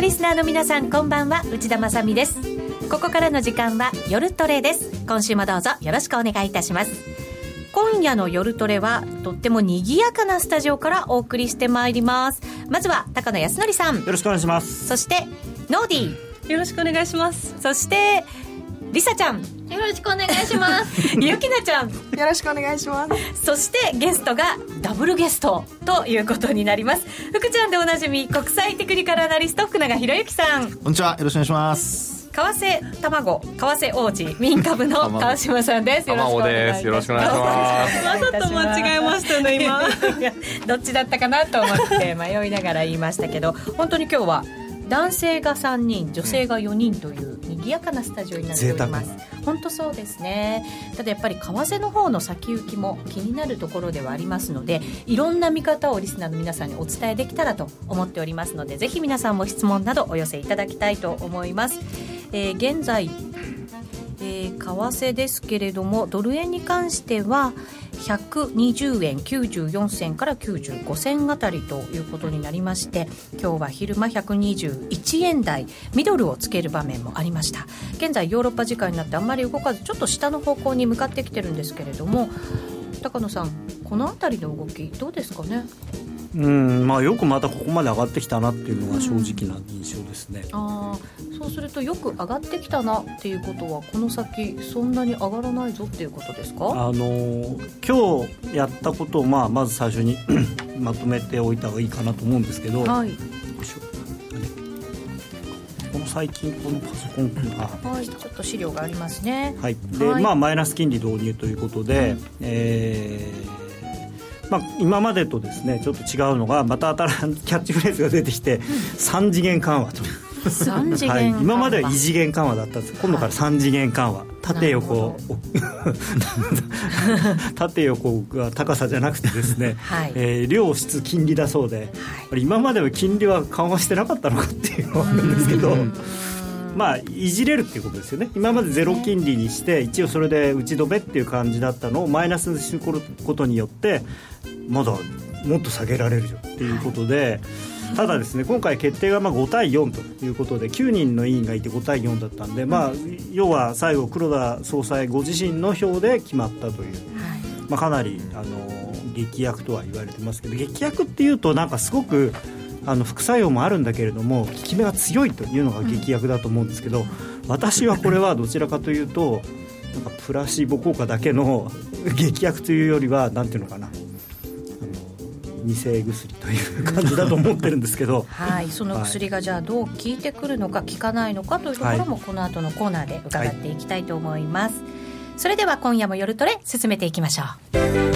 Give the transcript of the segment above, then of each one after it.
リスナーの皆さん、こんばんは。内田まさみです。ここからの時間は夜トレです。今週もどうぞよろしくお願いいたします。今夜の夜トレはとっても賑やかなスタジオからお送りしてまいります。まずは高野康則さん、よろしくお願いします。 そしてノーディー、 よろしくお願いします。 そしてリサちゃん、 よろしくお願いしますゆきなちゃん、 よろしくお願いします。 そしてゲストがダブルゲストということになります。福ちゃんでおなじみ、国際テクニカルアナリスト福永博之さん、 こんにちは、よろしくお願いします。 為替卵、為替王子、民株の川島さんです。よろしくお願いします。 よろしくお願いします。 わざと間違えましたね今どっちだったかなと思って迷いながら言いましたけど、本当に今日は男性が3人女性が4人という賑やかなスタジオになっております。本当そうですね。ただやっぱり為替の方の先行きも気になるところではありますので、いろんな見方をリスナーの皆さんにお伝えできたらと思っておりますので、ぜひ皆さんも質問などお寄せいただきたいと思います。現在、為替ですけれども、ドル円に関しては120円94銭から95銭あたりということになりまして、今日は昼間121円台ミドルをつける場面もありました。現在ヨーロッパ時間になってあんまり動かず、ちょっと下の方向に向かってきてるんですけれども、高野さん、このあたりの動きどうですかね。 よくまたここまで上がってきたなっていうのが正直な印象ですね。 そうするとよく上がってきたなっていうことは、この先そんなに上がらないぞっていうことですか。 今日やったことをまず最初にまとめておいた方がいいかなと思うんですけど、はい、この最近このパソコンが、 はい、ちょっと資料がありますね。 はい、で、マイナス金利導入ということで、今までとですねちょっと違うのが、またキャッチフレーズが出てきて、3次元緩和と 3次元緩和、 今までは異次元緩和だったんです。今度から3次元緩和、縦横縦横が高さじゃなくてですね、量質金利だそうで、今までは金利は緩和してなかったのかっていうのがあるんですけど、いじれるっていうことですよね。今までゼロ金利にして一応それで打ち止めっていう感じだったのをマイナスにすることによってまだもっと下げられるよっていうことで、ただですね、今回決定が5対4ということで、9人の委員がいて5対4だったんで、要は最後黒田総裁ご自身の票で決まったという、かなり劇薬とは言われてますけど、劇薬っていうとなんかすごく副作用もあるんだけれども効き目が強いというのが劇薬だと思うんですけど、私はこれはどちらかというとなんかプラシーボ効果だけの劇薬というよりは、なんていうのかな、偽薬という感じだと思ってるんですけどその薬がじゃあどう効いてくるのか効かないのかというところも、この後のコーナーで伺っていきたいと思います。それでは今夜も夜トレ進めていきましょう。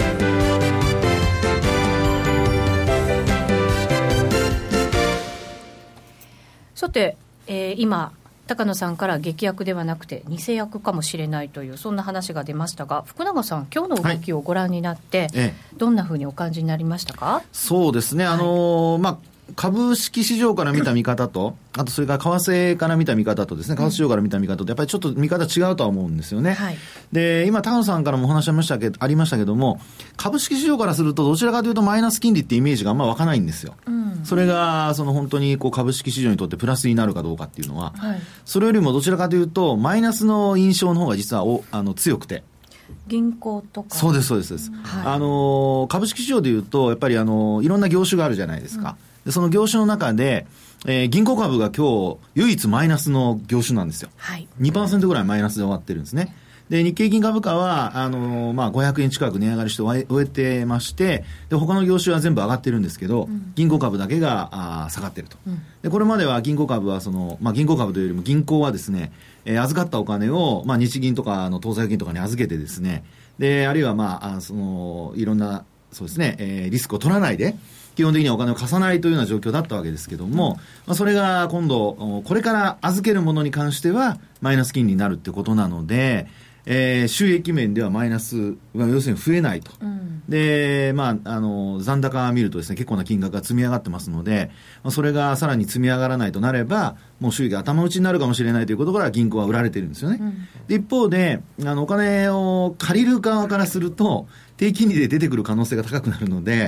さて、今高野さんから劇薬ではなくて偽薬かもしれないというそんな話が出ましたが、福永さん、今日の動きをご覧になって、どんなふうにお感じになりましたか。 そうですね、株式市場から見た見方と、あとそれから為替から見た見方とですね、為替市場から見た見方とやっぱりちょっと見方違うとは思うんですよね。で、今高野さんからもお話ありましたけども、株式市場からするとどちらかというとマイナス金利ってイメージがあんま湧かないんですよ。それが本当に株式市場にとってプラスになるかどうかっていうのは、それよりもどちらかというとマイナスの印象の方が実は強くて、 銀行とか。 そうです、株式市場でいうとやっぱりいろんな業種があるじゃないですか。でその業種の中で、銀行株が今日唯一マイナスの業種なんですよ。2% ぐらいマイナスで終わってるんですね。で日経金株価は500円近く値上がりして終えてまして、で他の業種は全部上がってるんですけど、銀行株だけが下がってると。でこれまでは銀行株は銀行株というよりも銀行はですね、預かったお金を、日銀とか当座預金とかに預けてですね、であるいはいろんなそうですね、リスクを取らないで基本的にはお金を貸さないというような状況だったわけですけども、それが今度これから預けるものに関してはマイナス金利になるってことなので、収益面ではマイナスが要するに増えないと、で残高を見るとですね、結構な金額が積み上がってますので、それがさらに積み上がらないとなればもう収益が頭打ちになるかもしれないということから銀行は売られてるんですよね。で一方でお金を借りる側からすると低金利で出てくる可能性が高くなるので、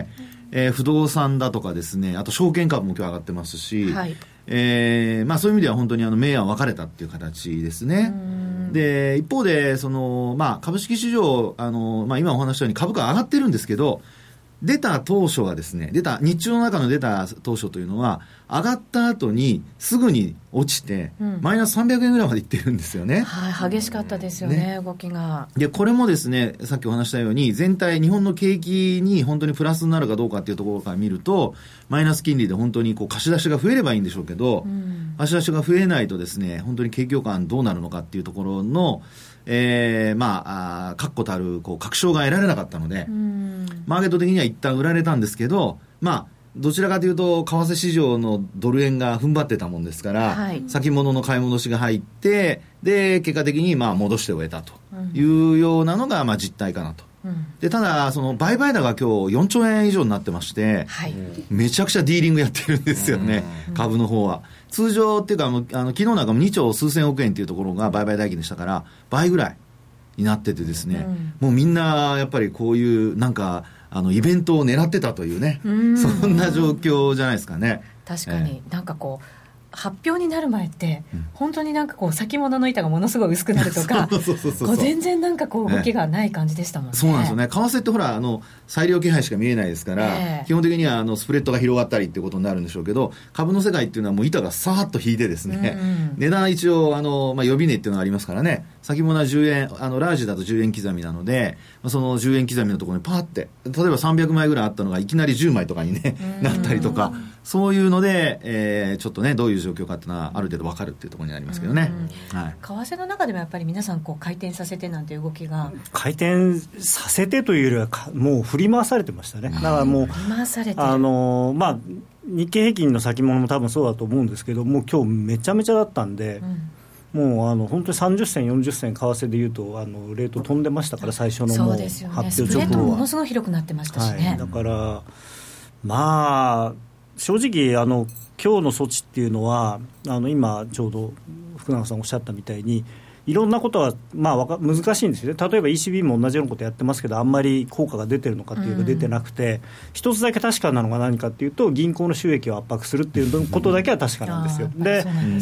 不動産だとかですね、あと証券株も今日上がってますし、はい、まあ、そういう意味では本当に明暗分かれたっていう形ですね。で一方でまあ、株式市場まあ、今お話したように株価上がってるんですけど、出た当初はですね、日中の中の出た当初というのは上がった後にすぐに落ちて、マイナス300円ぐらいまでいってるんですよね。 はい、激しかったですよ ね、動きが。 でこれもですね、さっきお話したように全体日本の景気に本当にプラスになるかどうかっていうところから見ると、マイナス金利で本当に貸し出しが増えればいいんでしょうけど、貸し出しが増えないとですね、本当に景況感どうなるのかっていうところのまあ、確固たる確証が得られなかったので、マーケット的には一旦売られたんですけど、まあ、どちらかというと為替市場のドル円が踏ん張ってたもんですから、はい、先物の買い戻しが入って、で結果的にまあ戻して終えたというようなのがまあ実態かなと。でただ売買高が今日4兆円以上になってまして、はい、めちゃくちゃディーリングやってるんですよね、株の方は。通常っていうか昨日なんかも2兆数千億円っていうところが売買代金でしたから倍ぐらいになっててですね、もうみんなやっぱりこういうなんかイベントを狙ってたというね、そんな状況じゃないですかね。 確かに、なんか発表になる前って、本当になんか先物の板がものすごい薄くなるとか全然なんか動きがない感じでしたもんね。 そうなんですよね。為替ってほら裁量気配しか見えないですから、基本的にはスプレッドが広がったりっていうことになるんでしょうけど、株の世界っていうのはもう板がさーっと引いてですね、値段一応まあ、予備値っていうのがありますからね、先物は10円ラージだと10円刻みなので、その10円刻みのところにパーって例えば300枚ぐらいあったのがいきなり10枚とかに、ね、なったりとか、そういうので、ちょっとねどういう状況かっていうのはある程度分かるっていうところになりますけどね、はい、 為替の中でもやっぱり皆さん回転させてなんて動きが、 回転させてというよりはもう振り回されてましたね。だからもう振り回されてまあ、日経平均の先物も多分そうだと思うんですけど、もう今日めちゃめちゃだったんで、もう本当に30銭40銭為替でいうとレート飛んでましたから、最初のもう発表直後は。 スプレッドもものすごい広くなってましたしね、 はい、だからまあ正直今日の措置っていうのは今ちょうど福永さんおっしゃったみたいにいろんなことはまあ難しいんですよね。例えば ECB も同じようなことやってますけど、あんまり効果が出てるのかっていうと出てなくて、一つだけ確かなのが何かっていうと、銀行の収益を圧迫するっていうことだけは確かなんですよ。で、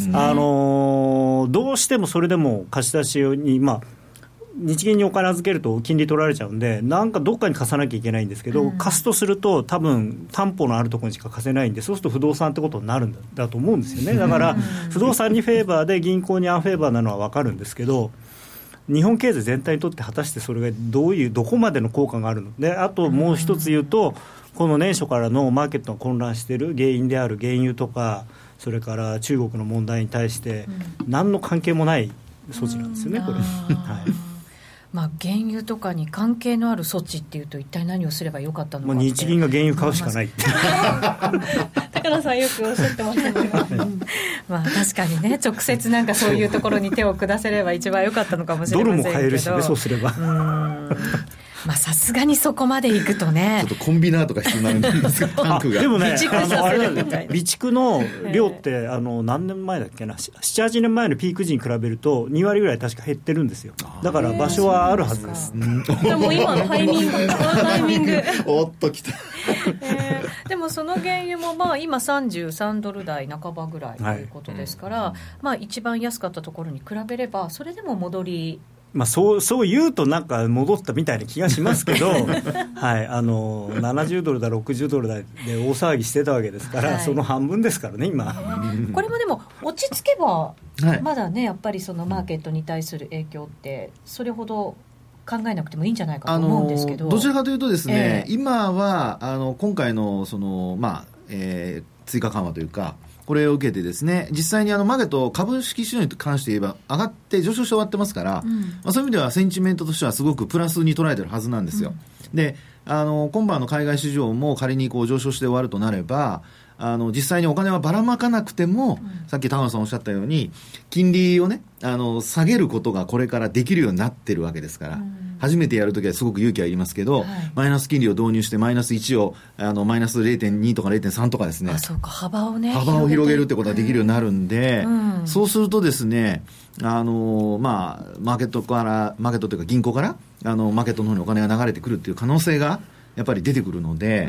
どうしてもそれでも貸し出しにまあ日銀にお金預けると金利取られちゃうんで、なんかどっかに貸さなきゃいけないんですけど、貸すとすると多分担保のあるところにしか貸せないんで、そうすると不動産ってことになるんだと思うんですよね。だから不動産にフェーバーで銀行にアンフェーバーなのは分かるんですけど、日本経済全体にとって果たしてそれがどこまでの効果があるので、あともう一つ言うと、この年初からのマーケットが混乱している原因である原油とか、それから中国の問題に対して何の関係もない措置なんですよね、これ。はい、 まあ、原油とかに関係のある措置っていうと一体何をすればよかったのかって、 日銀が原油買うしかないって高野さんよくおっしゃってますねまあ確かにね、直接なんかそういうところに手を下せれば一番良かったのかもしれませんけど、 ドルも買えるしね、そうすればまあさすがにそこまでいくとね、 ちょっとコンビナーとか必要になるんですがタンクがでもね、 備蓄させるみたいな、 備蓄の量って何年前だっけな、7、8年前のピーク時に比べると2割ぐらい確か減ってるんですよ。だから場所はあるはずです。 もう今のタイミングおっときたでもその原油もまあ今33ドル台半ばぐらいということですから、まあ一番安かったところに比べればそれでも戻り、 まあ、そう言うとなんか戻ったみたいな気がしますけど、はい、70ドルだ60ドルだで大騒ぎしてたわけですから、はい、その半分ですからね今、 これもでも落ち着けば、まだねやっぱりそのマーケットに対する影響ってそれほど考えなくてもいいんじゃないかと思うんですけど、 どちらかというとですね、今は今回のまあ追加緩和というか、これを受けてですね、実際にマーケット株式市場に関して言えば上がって上昇して終わってますから、まあ、そういう意味ではセンチメントとしてはすごくプラスに捉えてるはずなんですよ。で今晩の海外市場も仮に上昇して終わるとなれば、実際にお金はばらまかなくても、さっき高野さんおっしゃったように金利をね下げることがこれからできるようになってるわけですから、初めてやるときはすごく勇気はいりますけど、マイナス金利を導入してマイナス1をマイナス 0.2 とか 0.3 とかですね、 そうか、幅を広げるってことができるようになるんで、そうするとですね、まあ、マーケットというか銀行からマーケットの方にお金が流れてくるっていう可能性がやっぱり出てくるので、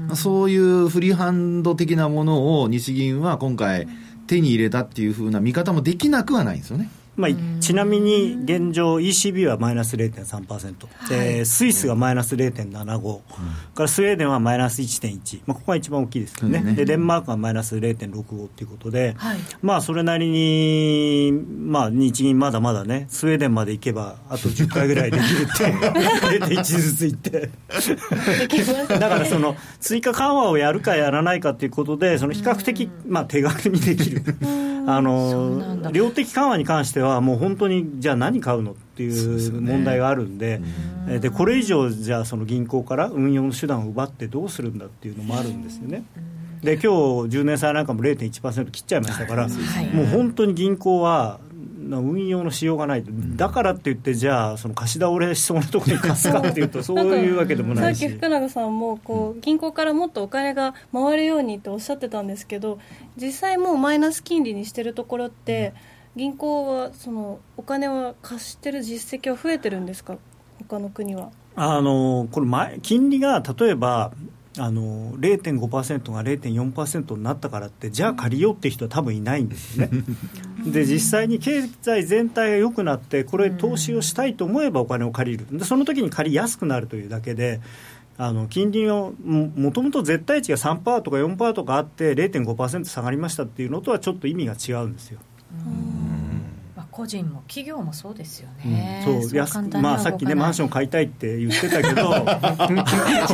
そういうフリーハンド的なものを日銀は今回手に入れたっていう風な見方もできなくはないんですよね。 ちなみに現状 ECB はマイナス 0.3%、スイスがマイナス 0.75、からスウェーデンはマイナス 1.1、ここが一番大きいですけどね、でデンマークがマイナス 0.65 ということで、それなりに、日銀まだまだね、スウェーデンまで行けばあと10回ぐらいできるって0.1ずついってだからその追加緩和をやるかやらないかということで、その比較的、手軽にできる量的緩和に関してはもう本当にじゃあ何買うのっていう問題があるんで、でこれ以上じゃあその銀行から運用の手段を奪ってどうするんだっていうのもあるんですよね。で今日10年債なんかも 0.1% 切っちゃいましたから、もう本当に銀行は運用のしようがない、だからって言ってじゃあその貸し倒れしそうなところに貸すかっていうとそういうわけでもないし、 さっき福永さんも銀行からもっとお金が回るようにっておっしゃってたんですけど、実際もうマイナス金利にしてるところって、銀行はそのお金は貸してる実績は増えてるんですか、他の国は。これ金利が例えば0.5% が 0.4% になったからってじゃあ借りようっていう人は多分いないんですよねで実際に経済全体が良くなってこれ投資をしたいと思えばお金を借りる、でその時に借りやすくなるというだけで、金利をもともと絶対値が 3% とか 4% とかあって 0.5% 下がりましたっていうのとはちょっと意味が違うんですよ。 個人も企業もそうですよね。 さっきねマンション買いたいって言ってたけど言っちゃった冗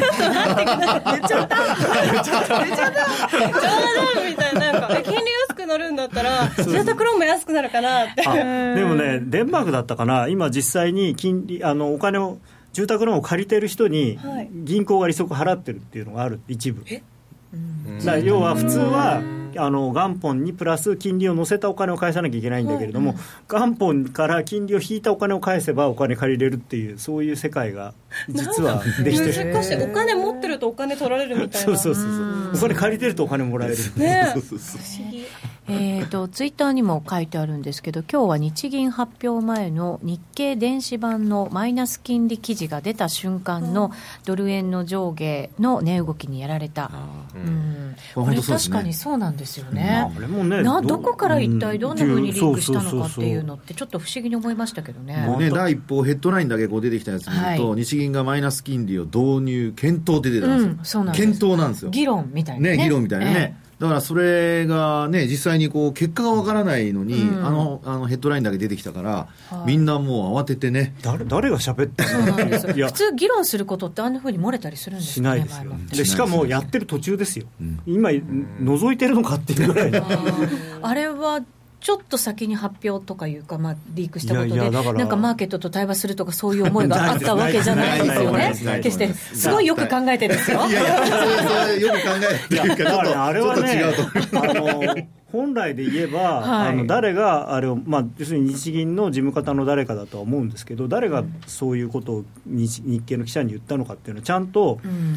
談みたいな、金利安くなるんだったら住宅ローンも安くなるかなってでもねデンマークだったかな、今実際に金利お金を住宅ローンを借りてる人に銀行が利息払ってるっていうのがある、一部。だ要は普通は元本にプラス金利を乗せたお金を返さなきゃいけないんだけれども、元本から金利を引いたお金を返せばお金借りれるっていう、そういう世界が実はできてる。 難しい。お金持ってるとお金取られるみたいな。 そうお金借りてるとお金もらえるね。 不思議。ツイッターにも書いてあるんですけど、今日は日銀発表前の日経電子版のマイナス金利記事が出た瞬間のドル円の上下の値動きにやられた。これ確かにそうなんですよね。どこから一体どんな風にリンクしたのかっていうのってちょっと不思議に思いましたけどね。 第一報ヘッドラインだけ出てきたやつ見ると、日銀がマイナス金利を導入検討って出てたんですよ。検討なんですよ。 議論みたいなね。 議論みたいなね。だからそれがね、実際に結果がわからないのに、ヘッドラインだけ出てきたから、みんなもう慌ててね。 誰が喋ってるの？ そうなんですよ。普通議論することってあんな風に漏れたりするんですかね。 しないですよ。でしかもやってる途中ですよ。今覗いてるのかっていうぐらい。 あれはちょっと先に発表とかいうか、リークしたことでなんかマーケットと対話するとかそういう思いがあったわけじゃないですよね。決してすごいよく考えてですよ。 いやよく考えてるから、 あれはね本来で言えば、誰があれを、要するに日銀の事務方の誰かだとは思うんですけど、誰がそういうことを日経の記者に言ったのかっていうのをちゃんと、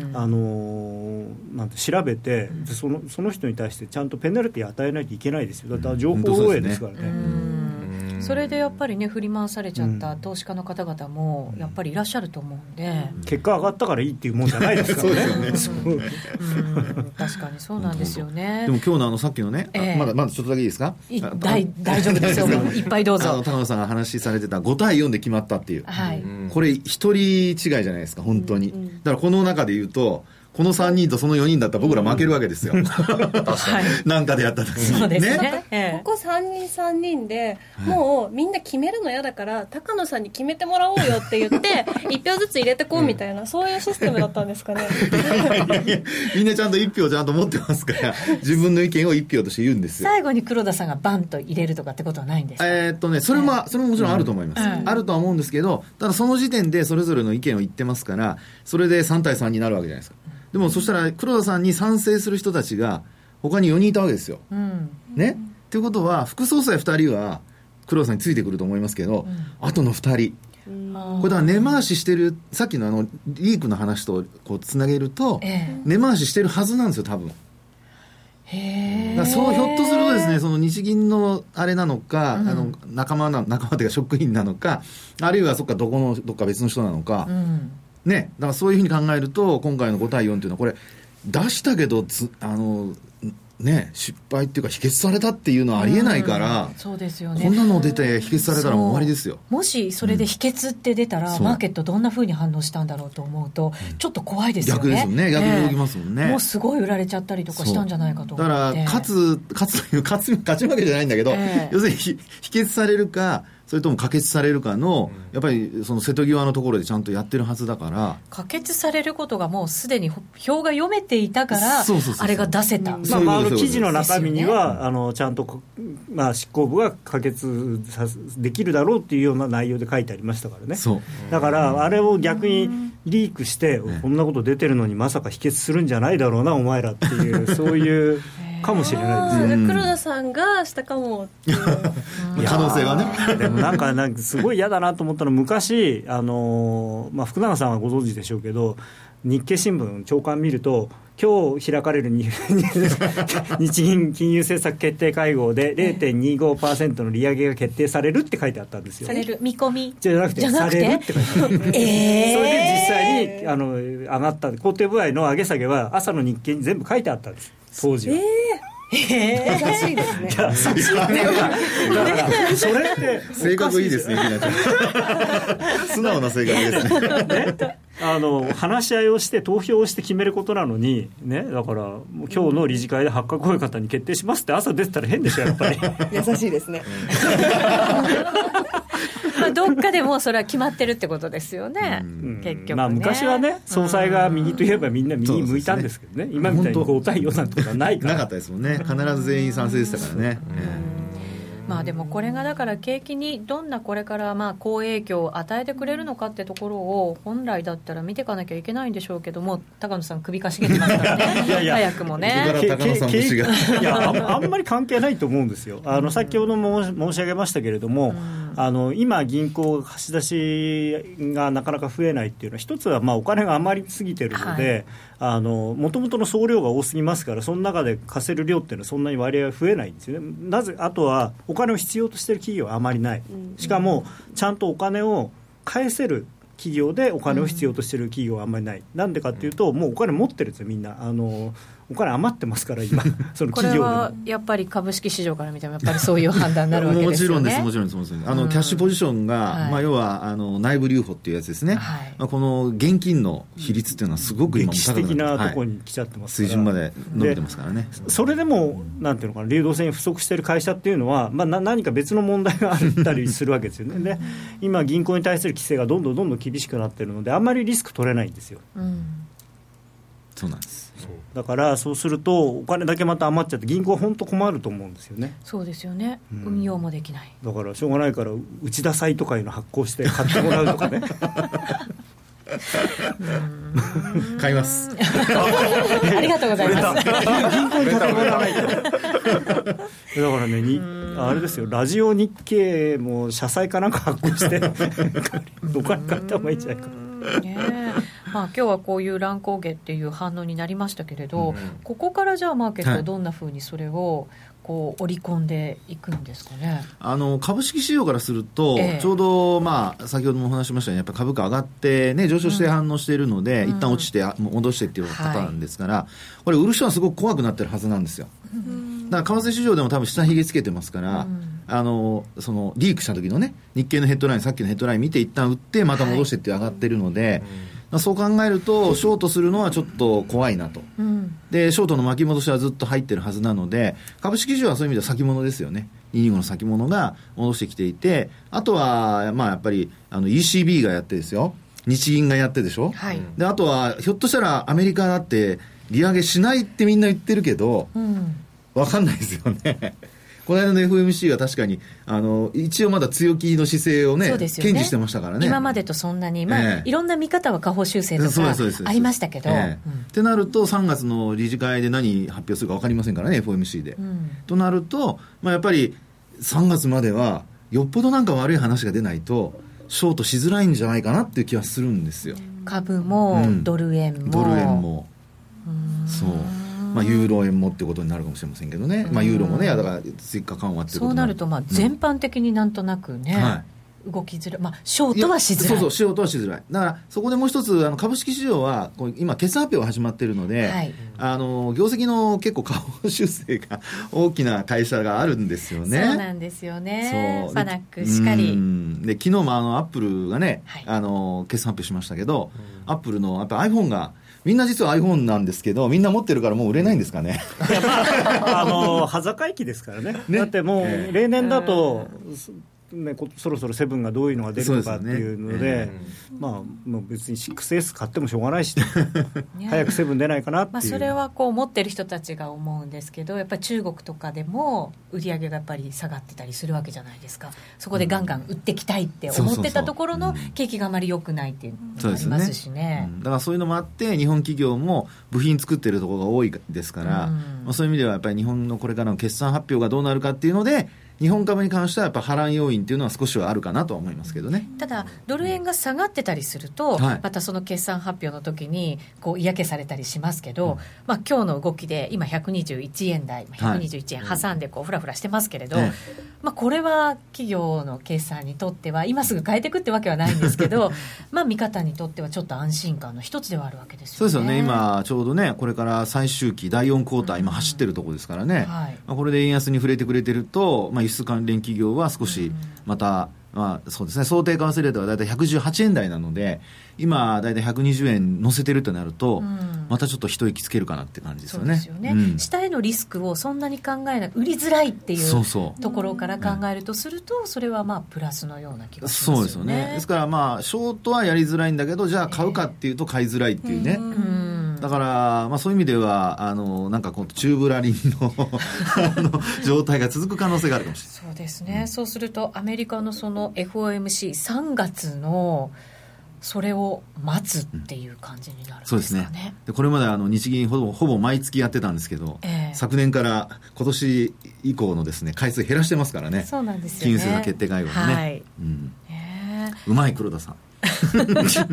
なんて調べて、その人に対してちゃんとペナルティを与えないといけないですよ。だって情報漏洩ですからね。 それでやっぱりね振り回されちゃった投資家の方々もやっぱりいらっしゃると思うんで、 結果上がったからいいっていうもんじゃないですからね。 確かにそうなんですよね。 でも今日のさっきのね、まだちょっとだけいいですか？ 大丈夫ですよ。いっぱいどうぞ。 高野さんが話されてた5対4で決まったっていう、これ一人違いじゃないですか本当に。だからこの中で言うとこの3人とその4人だったら僕ら負けるわけですよ。なんかでやった時に。 そうですね。 ここ3人でもうみんな決めるの嫌だから高野さんに決めてもらおうよって言って1票ずつ入れてこうみたいな、そういうシステムだったんですかね。 みんなちゃんと1票ちゃんと持ってますから自分の意見を1票として言うんですよ。 最後に黒田さんがバンと入れるとかってことはないんですか？ それももちろんあると思います。あるとは思うんですけど、ただその時点でそれぞれの意見を言ってますから、それで3対3になるわけじゃないですか。でもそしたら黒田さんに賛成する人たちが他に4人いたわけですよ。ね。ということは副総裁2人は黒田さんについてくると思いますけど、あとの2人、これだから根回ししてる、さっきのリークの話とつなげると、根回ししてるはずなんですよ多分。だからそうひょっとするとですね、その日銀のあれなのか、仲間というか職員なのか、あるいはどっか別の人なのか。ね、だからそういうふうに考えると今回の5対4というのはこれ出したけどね、失敗っていうか否決されたっていうのはありえないから、 そうですよね、 こんなの出て否決されたらもう終わりですよ。 もしそれで否決って出たら、マーケットどんな風に反応したんだろうと思うと、ちょっと怖いですよね。 逆ですよね、逆に動きますもんね。 もうすごい売られちゃったりとかしたんじゃないかと思って。 だから勝ち負けじゃないんだけど、要するに否決されるかそれとも可決されるかの、やっぱりその瀬戸際のところでちゃんとやってるはずだから、 可決されることがもうすでに表が読めていたから、あれが出せた。 記事の中身には、ちゃんと、執行部が可決できるだろうっていうような内容で書いてありましたからね。だからあれを逆にリークして、こんなこと出てるのにまさか否決するんじゃないだろうなお前らっていうそういうかもしれないですね。 黒田さんがしたかもっていう可能性はね。 でもなんかすごい嫌だなと思ったのは、昔福永さんはご存知でしょうけど、日経新聞朝刊見ると、今日開かれる日銀金融政策決定会合で 0.25% の利上げが決定されるって書いてあったんですよ。 される見込みじゃなくてされるって書いてあったそれで実際に上がった工程部合の上げ下げは朝の日経に全部書いてあったんです、当時は。 優しいですね。 だからそれって性格いいですね、素直な性格ですね。 話し合いをして投票をして決めることなのに、ね、だからもう今日の理事会で発覚こういう方に決定しますって朝出てたら変でしょやっぱり。 優しいですね。 どっかでもうそれは決まってるってことですよね、結局ね。 昔はね、総裁が右といえばみんな右に向いたんですけどね、今みたいに5対4なんてことはないからなかったですもんね。必ず全員賛成でしたからね。 でもこれがだから景気にどんなこれから好影響を与えてくれるのかってところを本来だったら見ていかなきゃいけないんでしょうけども、高野さん首かしげてますからね。早くもね。 高野さん節があんまり関係ないと思うんですよ。先ほども申し上げましたけれども、今銀行貸し出しがなかなか増えないっていうのは、一つはお金が余りすぎてるので、もともとの総量が多すぎますから、その中で貸せる量っていうのはそんなに割合は増えないんですよね。あとはお金を必要としている企業はあまりない、しかもちゃんとお金を返せる企業でお金を必要としている企業はあんまりない。なんでかっていうと、もうお金持ってるんですよみんな。お金余ってますから今その企業でも。これはやっぱり株式市場から見てもやっぱりそういう判断になるわけですよね。 もちろんです。キャッシュポジションが、要は内部留保っていうやつですね、この現金の比率っていうのはすごく今も歴史的なところに来ちゃってますから、 水準まで伸びてますからね。 それでもなんていうのかな、流動性に不足している会社っていうのは、何か別の問題があったりするわけですよね。で今銀行に対する規制がどんどん厳しくなっているので、あんまりリスク取れないんですよ。 そうなんです。 だからそうするとお金だけまた余っちゃって、銀行は本当困ると思うんですよね。 そうですよね、運用もできない。 だからしょうがないから内田債とかいうの発行して買ってもらうとかね買いますありがとうございます銀行に買ってもらわないとだからね、あれですよ、ラジオ日経も社債かなんか発行してお金買った方がいいんじゃないか今日はこういう乱高下っていう反応になりましたけれど、ここからじゃあマーケットはどんなふうにそれを織り込んでいくんですかね。 株式市場からすると、ちょうど先ほどもお話しましたように、やっぱ株価上がって、上昇して反応しているので、一旦落ちて戻してっていうパターンですから、これ売る人はすごく怖くなってるはずなんですよ。だから為替市場でも多分下髭つけてますから、そのリークした時のね、日経のヘッドライン、さっきのヘッドライン見て一旦売ってまた戻してって上がってるので、そう考えるとショートするのはちょっと怖いなと、でショートの巻き戻しはずっと入ってるはずなので、株式市場はそういう意味では先物ですよね。225の先物が戻してきていて、あとはやっぱりECB がやってですよ、日銀がやってでしょ、であとはひょっとしたらアメリカだって利上げしないってみんな言ってるけど、分かんないですよねこの間の FOMC が確かに一応まだ強気の姿勢をね堅持してましたからね。 今までとそんなに、いろんんな見方は下方修正とかありましたけど、 ってなると3月の理事会で何発表するか分かりませんからね FOMC で、となると、やっぱり3月まではよっぽどなんか悪い話が出ないとショートしづらいんじゃないかなっていう気はするんですよ。 株も、ドル円もそうユーロ円もってことになるかもしれませんけどね、ユーロもね、だから追加緩和っていうことそうなると全般的になんとなくね、 動きづらい、ショートはしづらい。 そうショートはしづらい。だからそこでもう一つ株式市場はこう今決算発表が始まっているので、はい、業績の結構下方修正が大きな会社があるんですよね。 そうなんですよね。ファナックしかりで昨日もアップルがね、はい、決算発表しましたけど、アップルのやっぱ iPhone がみんな実は iPhone なんですけど、みんな持ってるからもう売れないんですかね。 端境期ですからね。だってもう例年だと、そろそろセブンがどういうのが出るのかっていうので、もう別に 6S 買ってもしょうがないし早くセブン出ないかなっていう、 それはこう持ってる人たちが思うんですけど、やっぱり中国とかでも売り上げがやっぱり下がってたりするわけじゃないですか。そこでガンガン売っていきたいって思ってたところの景気があまり良くないっていうのがありますしね。 だからそういうのもあって日本企業も部品作ってるところが多いですから、そういう意味ではやっぱり日本のこれからの決算発表がどうなるかっていうので、日本株に関してはやっぱ波乱要因っていうのは少しはあるかなとは思いますけどね。 ただドル円が下がってたりすると、またその決算発表の時にこう嫌気されたりしますけど、今日の動きで今121円台、121円挟んでこうフラフラしてますけれど、これは企業の決算にとっては今すぐ変えていくってわけはないんですけど見方にとってはちょっと安心感の一つではあるわけですよね。 そうですよね。今ちょうどね、これから最終期第4クォーター今走ってるところですからね、これで円安に触れてくれてると、輸出関連企業は少しまた、そうですね、想定為替レートはだいたい118円台なので、今だいたい120円乗せてるとなると、またちょっと一息つけるかなって感じですよね。 そうですよね。下へのリスクをそんなに考えない、売りづらいっていうところから考えるとすると、それはプラスのような気がしますよね。 そうですよね。ですからショートはやりづらいんだけど、じゃあ買うかっていうと買いづらいっていうね。だから、そういう意味ではなんかこう宙ぶらりんの状態が続く可能性があるかもしれない。 そうですね。そうするとアメリカのその FOMC3 月のそれを待つっていう感じになるんですかね。 そうですね。でこれまで日銀ほぼ毎月やってたんですけど、昨年から今年以降のですね回数減らしてますからね。 そうなんですよね。 金融政策決定会合のね、うまい黒田さんそういうショ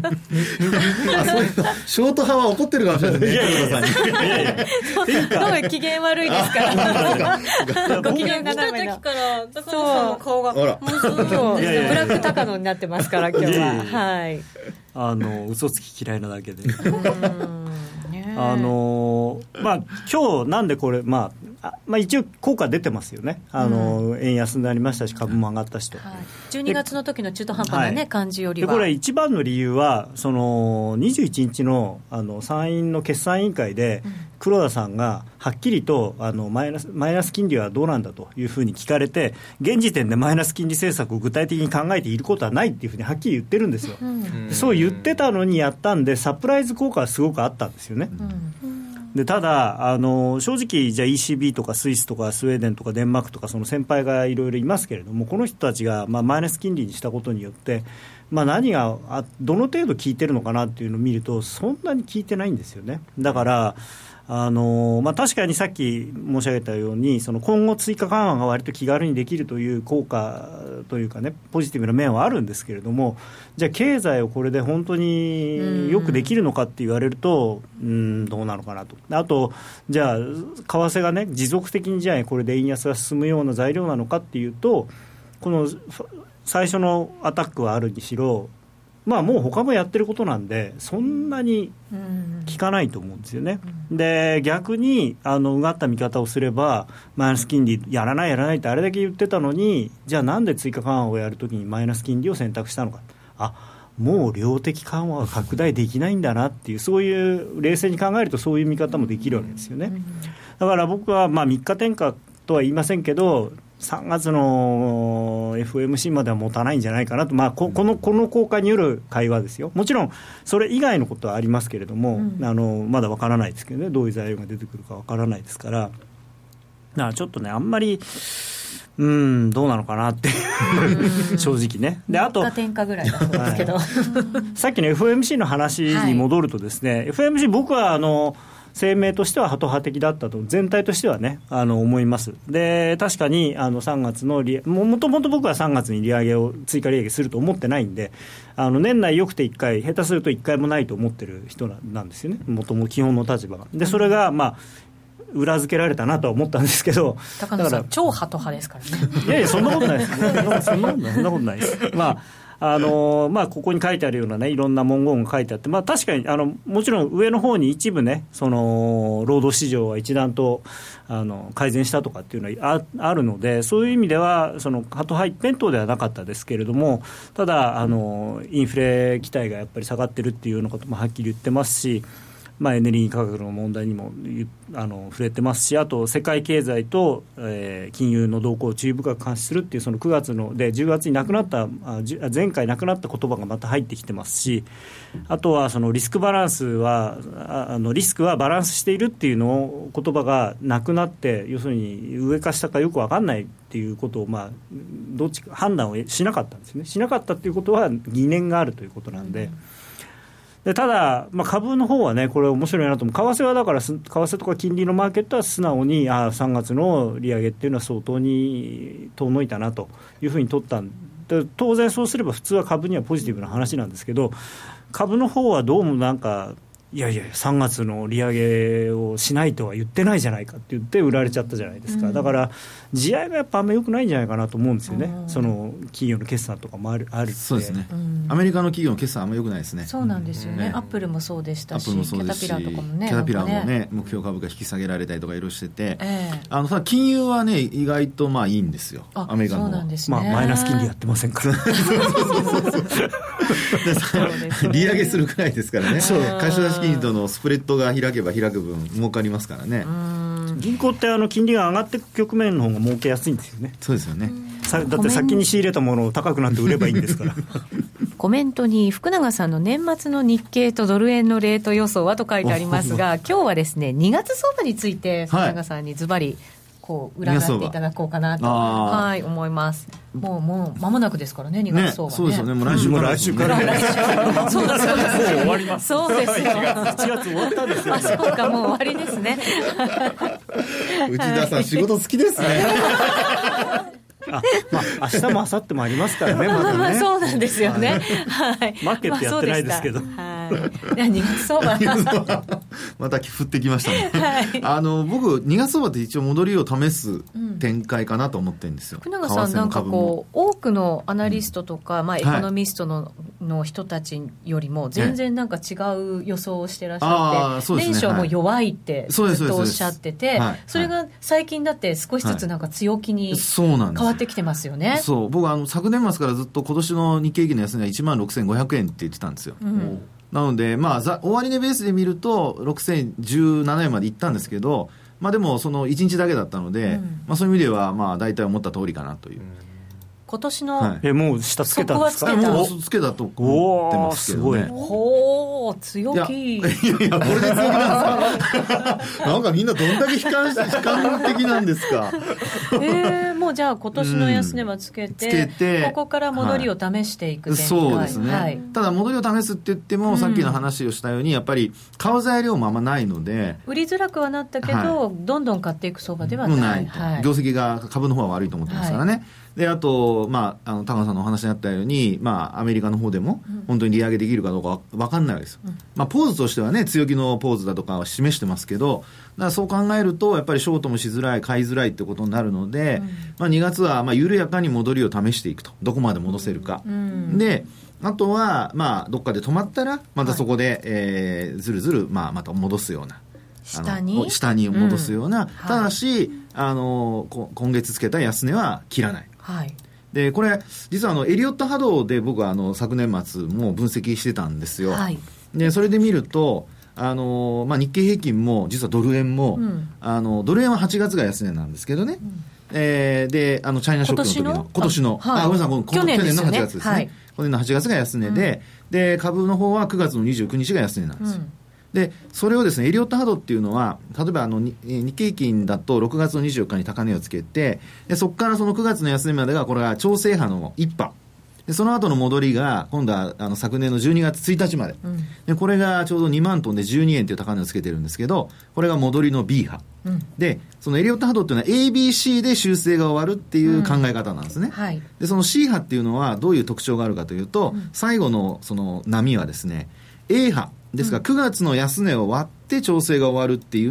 ート派は怒ってるかもしれないね。黒田さんにすごい機嫌悪いですからご機嫌斜めの来た時から高野さんの顔が今日ブラック高野になってますから今日は。はい。 嘘つき嫌いなだけで今日なんでこれ一応効果出てますよね。円安になりましたし株も上がったしと、 12月の時の中途半端な、感じよりは。 でこれ一番の理由はその21日の参院の決算委員会で、黒田さんがはっきりとマイナス金利はどうなんだというふうに聞かれて、現時点でマイナス金利政策を具体的に考えていることはないっていうふうにはっきり言ってるんですよ。そう言ってたのにやったんで、サプライズ効果はすごくあったんですよね。でただ正直じゃあ ECB とかスイスとかスウェーデンとかデンマークとかその先輩がいろいろいますけれども、この人たちがマイナス金利にしたことによって何がどの程度効いてるのかなっていうのを見るとそんなに効いてないんですよね。だから確かにさっき申し上げたようにその今後追加緩和が割と気軽にできるという効果というかね、ポジティブな面はあるんですけれども、じゃあ経済をこれで本当によくできるのかって言われるとどうなのかなと。あとじゃあ為替がね持続的にじゃあこれで円安が進むような材料なのかっていうと、この最初のアタックはあるにしろもう他もやってることなんでそんなに効かないと思うんですよね。で逆にうがった見方をすればマイナス金利やらないってあれだけ言ってたのに、じゃあなんで追加緩和をやるときにマイナス金利を選択したのか、もう量的緩和は拡大できないんだなっていう、そういう冷静に考えるとそういう見方もできるわけですよね。だから僕は3日転嫁とは言いませんけど、3月の FOMC までは持たないんじゃないかなと、この効果による会話ですよ。もちろんそれ以外のことはありますけれども、まだわからないですけどね、どういう材料が出てくるかわからないですから、だからちょっとねあんまりどうなのかなって正直ね。であと転嫁ぐらいだそうですけど、 さっきの FOMC の話に戻るとですね、FOMC 僕は声明としてはハト派的だったと全体としてはね思います。で確かに3月のもともと僕は3月に利上げを追加利上げすると思ってないんで、年内よくて1回下手すると1回もないと思ってる人なんですよね、もともと基本の立場が。でそれが裏付けられたなとは思ったんですけど、 高野さん超ハト派ですからね。 いやいやそんなことないですそんなことないですここに書いてあるようなねいろんな文言が書いてあって、確かにもちろん上の方に一部ねその労働市場は一段と改善したとかっていうのはあるので、そういう意味ではそのハト派一辺倒ではなかったですけれども、ただインフレ期待がやっぱり下がってるっていうようなこともはっきり言ってますし、エネルギー価格の問題にも触れてますし、あと世界経済と、金融の動向を注意深く監視するっていうその9月ので10月になくなった前回なくなった言葉がまた入ってきてますし、あとはそのリスクバランスはリスクはバランスしているっていうのを言葉がなくなって、要するに上か下かよく分かんないっていうことをどっちか判断をしなかったんですね。しなかったっていうことは疑念があるということなんで、でただ、株の方はねこれ面白いなと思う。為替はだから為替とか金利のマーケットは素直に3月の利上げっていうのは相当に遠のいたなというふうに取ったんで、当然そうすれば普通は株にはポジティブな話なんですけど、株の方はどうもなんかいや3月の利上げをしないとは言ってないじゃないかって言って売られちゃったじゃないですか、だから地合いがやっぱあんま良くないんじゃないかなと思うんですよね、その企業の決算とかもあるって。 そうですね、アメリカの企業の決算あんま良くないですね。 そうなんですよね、アップルもそうでしたし、キャタピラーとかもね、 キャタピラーもね目標株価引き下げられたりとかいろいろしてて、ただ金融はね意外といいんですよ、アメリカの方は。そうなんですね、 マイナス金利やってませんから利上げするくらいですからね。会社出し金利とのスプレッドが開けば開く分儲かりますからね。 銀行って金利が上がっていく局面の方が儲けやすいんですよね。 そうですよね。 だって先に仕入れたものを高くなって売ればいいんですからコメントに福永さんの年末の日経とドル円のレート予想はと書いてありますが、今日はですね2月相場について福永さんにズバリ占っていただこうかなと、思います。もう間もなくですからね、2月相場ね。 そうですよね、もう来週からそうですもう終わります。そうですよ、 1月終わったんですよ、ね、 そうか、もう終わりですね内田さん仕事好きですね明日も明後日もありますからね、 そうなんですよね、 マーケットやってないですけど、 2月相場また降ってきましたね、僕2月相場って一応戻りを試す展開かなと思ってるんですよ。 福永さんなんか多くのアナリストとか、エコノミストの人たちよりも全然なんか違う予想をしてらっしゃって、年初も弱いってずっとおっしゃってて、それが最近だって少しずつなんか強気に変わってきてますよね。 そう、僕昨年末からずっと今年の日経平均の安値は 16,500 円って言ってたんですよ、なので、終値ベースで見ると6017円までいったんですけど、でもその1日だけだったので、そういう意味では大体思った通りかなという。 今年の、 もう下つけたんですか？ もうつけたと思ってますけどね。 ほー、強気。 いやこれで強気なんですかなんかみんなどんだけ悲観的なんですかもうじゃあ今年の安値はつけて、ここから戻りを試していく展開、 そうですね、ただ戻りを試すって言っても、さっきの話をしたようにやっぱり買う材料もあんまないので、 売りづらくはなったけど、どんどん買っていく相場ではない、 業績が株の方は悪いと思ってますからね、であと、高野さんのお話にあったように、アメリカの方でも本当に利上げできるかどうか分かんないわけですよ、ポーズとしてはね強気のポーズだとかは示してますけど、だからそう考えるとやっぱりショートもしづらい買いづらいってことになるので、2月は緩やかに戻りを試していくと、どこまで戻せるか、であとはどっかで止まったらまたそこで、ずるずるまた戻すような、下に戻すような、ただし今月つけた安値は切らない、でこれ実はエリオット波動で僕は昨年末も分析してたんですよ、でそれで見ると日経平均も実はドル円も、ドル円は8月が安値なんですけどね、でチャイナショックの時の今年のごめんなさい、去年の8月ですね、去年の8月が安値で、株の方は9月の29日が安値なんですよ、でそれをですねエリオット波動っていうのは、例えば日経平均だと6月の24日に高値をつけて、でそこからその9月の安値までがこれが調整波の1波で、その後の戻りが今度は昨年の12月1日まで、でこれがちょうど2万トンで12円という高値をつけてるんですけど、これが戻りの B 波、でそのエリオット波動っていうのは ABC で修正が終わるっていう考え方なんですね、でその C 波っていうのはどういう特徴があるかというと、最後のその波はですね A 波ですから、9月の安値を割って調整が終わるっていうのが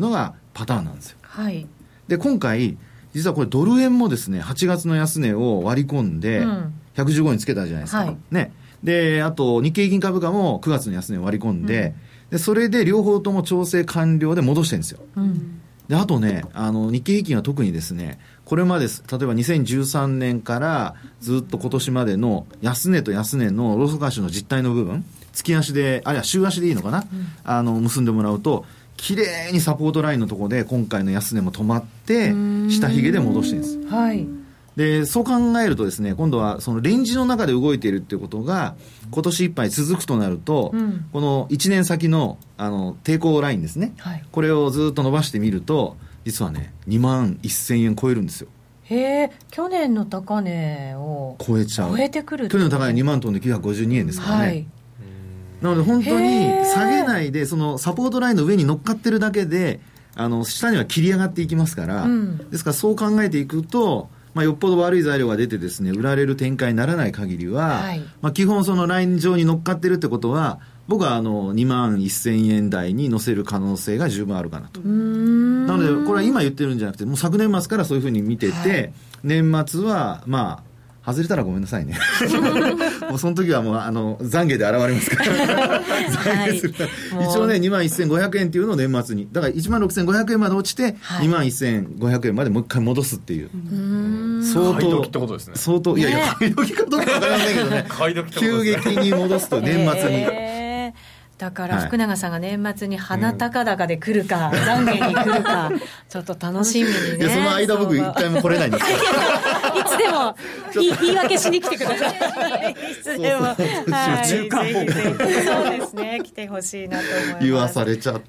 パターンなんですよ。 はい。 で今回実はこれドル円もですね8月の安値を割り込んで115円つけたじゃないですか、はい、ね。であと日経平均株価も9月の安値を割り込んで、でそれで両方とも調整完了で戻してるんですよ、であとね日経平均は特にですねこれまで例えば2013年からずっと今年までの安値と安値のローソク足の実態の部分月足であるいは週足でいいのかな、結んでもらうと綺麗にサポートラインのところで今回の安値も止まって下髭で戻してるんです、はい、でそう考えるとですね今度はそのレンジの中で動いているっていうことが今年いっぱい続くとなると、この1年先の抵抗ラインですね、はい、これをずっと伸ばしてみると実はね2万1000円超えるんですよ。 へえ、去年の高値を超えちゃう。 超えてくる。 去年の高値2万トンで952円ですからね、はい、なので本当に下げないでそのサポートラインの上に乗っかってるだけで下には切り上がっていきますから、ですからそう考えていくと、よっぽど悪い材料が出てですね売られる展開にならない限りは、はい、基本そのライン上に乗っかってるってことは僕は2万1000円台に乗せる可能性が十分あるかなと。なのでこれは今言ってるんじゃなくてもう昨年末からそういうふうに見てて、はい、年末は外れたらごめんなさいねもうその時はもう懺悔で現れますから懺悔する、はい、一応ね2万1500円っていうのを年末にだから1万6500円まで落ちて、はい、2万1500円までもう一回戻すっていう、 相当買い時ってことですね。 相当いや買い時かどうか分からないけどね買い時ってことですね。急激に戻すと年末に、 だから福永さんが年末に鼻高々で来るか、懺悔に来るかちょっと楽しみにね。 いやその間僕一回も来れないんですよいつでも言い訳しに来てくださいいつでも中間報告そうですね来てほしいなと思います。 言わされちゃった、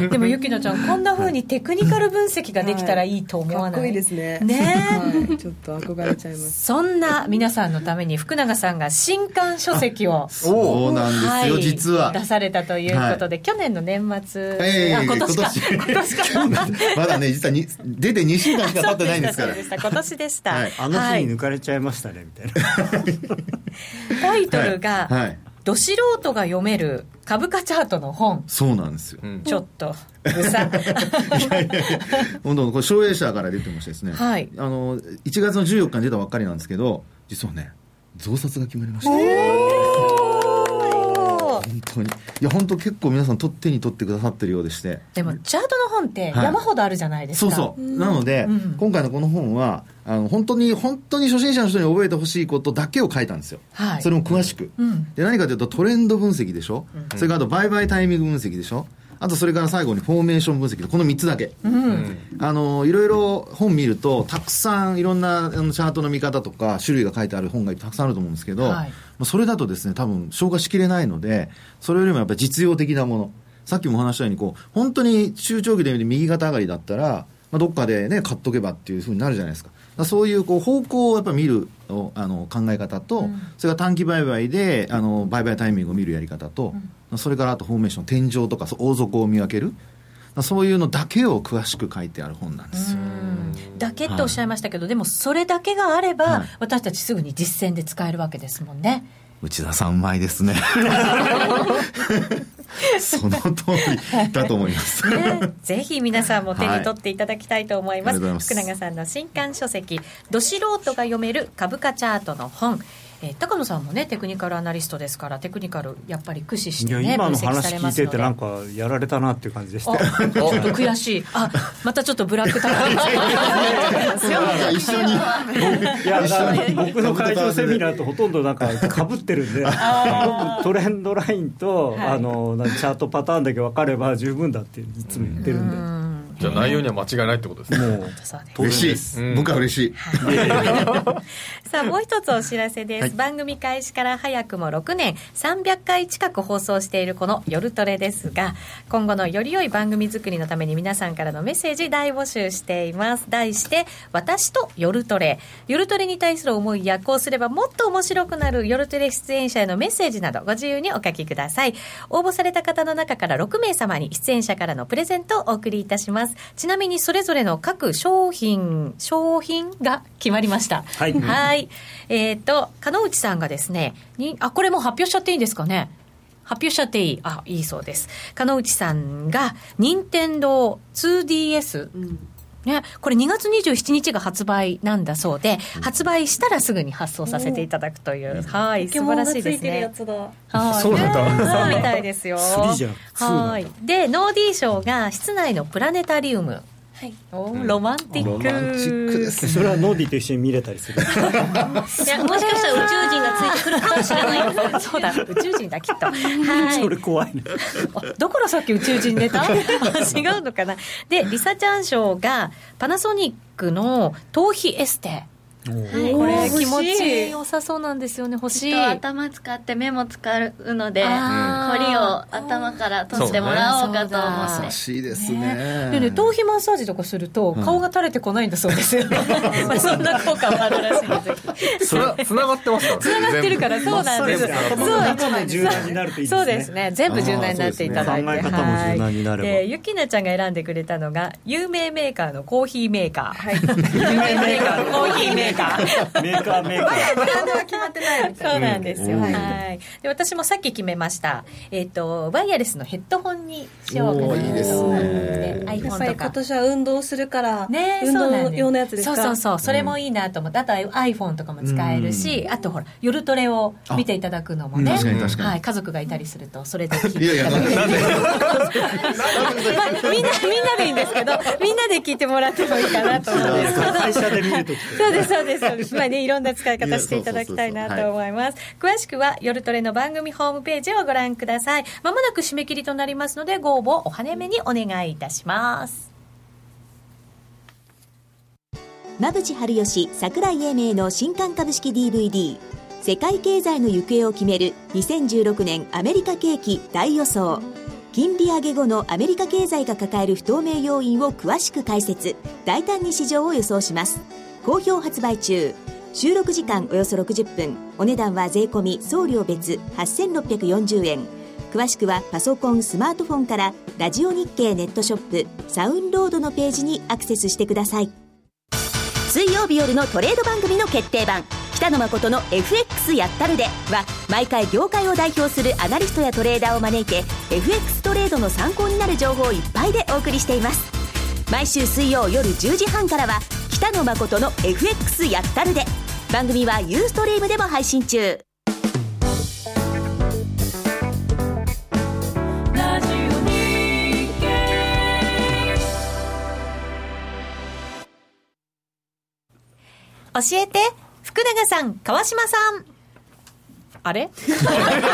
でもゆきのちゃんこんな風にテクニカル分析ができたらいいと思わない、 かっこいいですね。 ね、 はい、ちょっと憧れちゃいます。 そんな皆さんのために福永さんが新刊書籍をそうなんですよ、はい、実は出されたということで、はい、去年の年末、今年かまだね実は出て2週間しか経ってないんですから今年でした、はい、 あの日に抜かれちゃいましたね、みたいなタイトルが、はいはい、ど素人が読める株価チャートの本。 そうなんですよ、 ちょっとうさいやいや本当これ商栄社から出てましてですね、はい、1月の14日に出たばっかりなんですけど実はね増刷が決まりました。本当にいや本当結構皆さん手に取ってくださってるようでして、 でもチャートの本って山ほどあるじゃないですか、 はい、そうなので、今回のこの本は本当に初心者の人に覚えてほしいことだけを書いたんですよ、はい、それも詳しく、で何かというとトレンド分析でしょ、それからあと売買タイミング分析でしょ、あとそれから最後にフォーメーション分析でこの3つだけ、いろいろ本見るとたくさんいろんなチャートの見方とか種類が書いてある本がたくさんあると思うんですけど、はい、それだとですね多分消化しきれないのでそれよりもやっぱり実用的なもの、さっきもお話したように本当に中長期で見て右肩上がりだったら、どっかでね買っとけばっていう風になるじゃないですか。そういう方向をやっぱ見る考え方と、それから短期売買で売買タイミングを見るやり方と、それからあとフォーメーション天井とか大底を見分ける、そういうのだけを詳しく書いてある本なんですよ。 だけっておっしゃいましたけど、でもそれだけがあれば、私たちすぐに実践で使えるわけですもんね。 内田さんうまいですねその通りだと思います、 ぜひ皆さんも手に取っていただきたいと思います、福永さんの新刊書籍ど素人が読める株価チャートの本、高野さんもねテクニカルアナリストですからテクニカルやっぱり駆使してね今の話聞いててなんかやられたなっていう感じでしたちょっと悔しいまたちょっとブラック高い一緒に僕の会場セミナーとほとんどなんか被ってるんで僕トレンドラインと、チャートパターンだけ分かれば十分だっていつも言ってるんで、 じゃあ内容には間違いないってことですね。もう嬉しい、僕は嬉しい、 さあもう一つお知らせです、番組開始から早くも6年300回近く放送しているこの夜トレですが、今後のより良い番組作りのために皆さんからのメッセージ大募集しています。題して私と夜トレ、夜トレに対する思いやこうすればもっと面白くなる夜トレ出演者へのメッセージなどご自由にお書きください。応募された方の中から6名様に出演者からのプレゼントをお送りいたします。ちなみにそれぞれの各商品が決まりました。はい。はい。加納内さんがですね、これも発表しちゃっていいんですかね。 発表しちゃっていい？いいそうです。鹿内さんが任天堂 2DS、ね、これ2月27日が発売なんだそうで、発売したらすぐに発送させていただくという、はい、素晴らしいですね。 そうなんだ。 そうみたいですよ。 3じゃん。 はい。で、ノーディー賞が室内のプラネタリウム。 はい、 ロマンティック。 ロマンチックですね。 それはノーディと一緒に見れたりする。 いや、もしかしたら宇宙人がついてくるかもしれないそうだ、宇宙人だきっと。はい。 それ怖いね。 だからさっき宇宙人出た？違うのかな。で、リサちゃん賞がパナソニックの頭皮エステ。これ気持ち良さそうなんですよね。欲しい。 頭使って目も使うので、コリを頭から取ってもらおうかと思って。 欲しいですね。 でね、頭皮マッサージとかすると顔が垂れてこないんだそうですよ。まあそんな効果もあるらしいです。 つながってますからね。 つながってるから、そうなんです。 頭も柔軟になるといいですね。 そうですね。全部柔軟になっていただいて、 考え方も柔軟になれば。 で、ゆきなちゃんが選んでくれたのが有名メーカーのコーヒーメーカー。 有名メーカーのコーヒーメーカー。 メーカーブランドは決まってないみたいな。 そうなんですよ。はい。で、私もさっき決めました。ワイヤレスのヘッドホンにしようかなと。 いいですね。 iPhone とか。 今年は運動するからね、 運動用のやつですか。 そうそうそう。それもいいなと思って、あとは iPhone とかも使えるし、あとほら夜トレを見ていただくのもね。 確かに確かに。 はい、家族がいたりするとそれで聞いていやいや、なんでみんなでいいんですけど、みんなで聞いてもらってもいいかなと思うんですけど。 会社で見るとき。 そうですそうですそうです。まあね、いろんな使い方していただきたいなと思います。詳しくは夜トレの番組ホームページをご覧ください。まもなく締め切りとなりますので、ご応募お早めにお願いいたします。 馬淵春吉櫻井英明の新刊株式 DVD 世界経済の行方を決める2016年アメリカ景気大予想。金利上げ後のアメリカ経済が抱える不透明要因を詳しく解説、大胆に市場を予想します。好評発売中。収録時間およそ60分。お値段は税込み送料別8640円。詳しくはパソコンスマートフォンからラジオ日経ネットショップサウンロードのページにアクセスしてください。水曜日夜のトレード番組の決定版、北野誠の FX やったるでは、毎回業界を代表するアナリストやトレーダーを招いて FX トレードの参考になる情報をいっぱいでお送りしています。毎週水曜夜10時半からは北野誠の FX やったるで。番組はユーストリームでも配信中。 教えて福永さん、川島さん。あれ新しい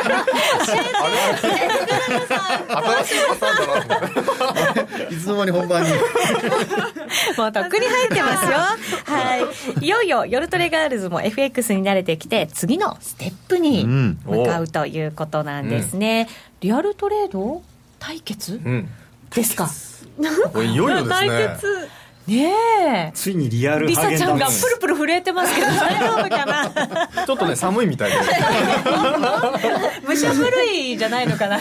パターンだな。 いつの間に本番にもうとっくに入ってますよ。はい。いよいよ夜トレガールズも FX に慣れてきて、次のステップに向かうということなんですね。リアルトレード対決、ですか。 これいよいよですね。 対決ねえ、 ついにリアルリサちゃんがプルプル震えてますけど大丈夫かな。 ちょっとね、寒いみたいで。 むしゃ古いじゃないのかな。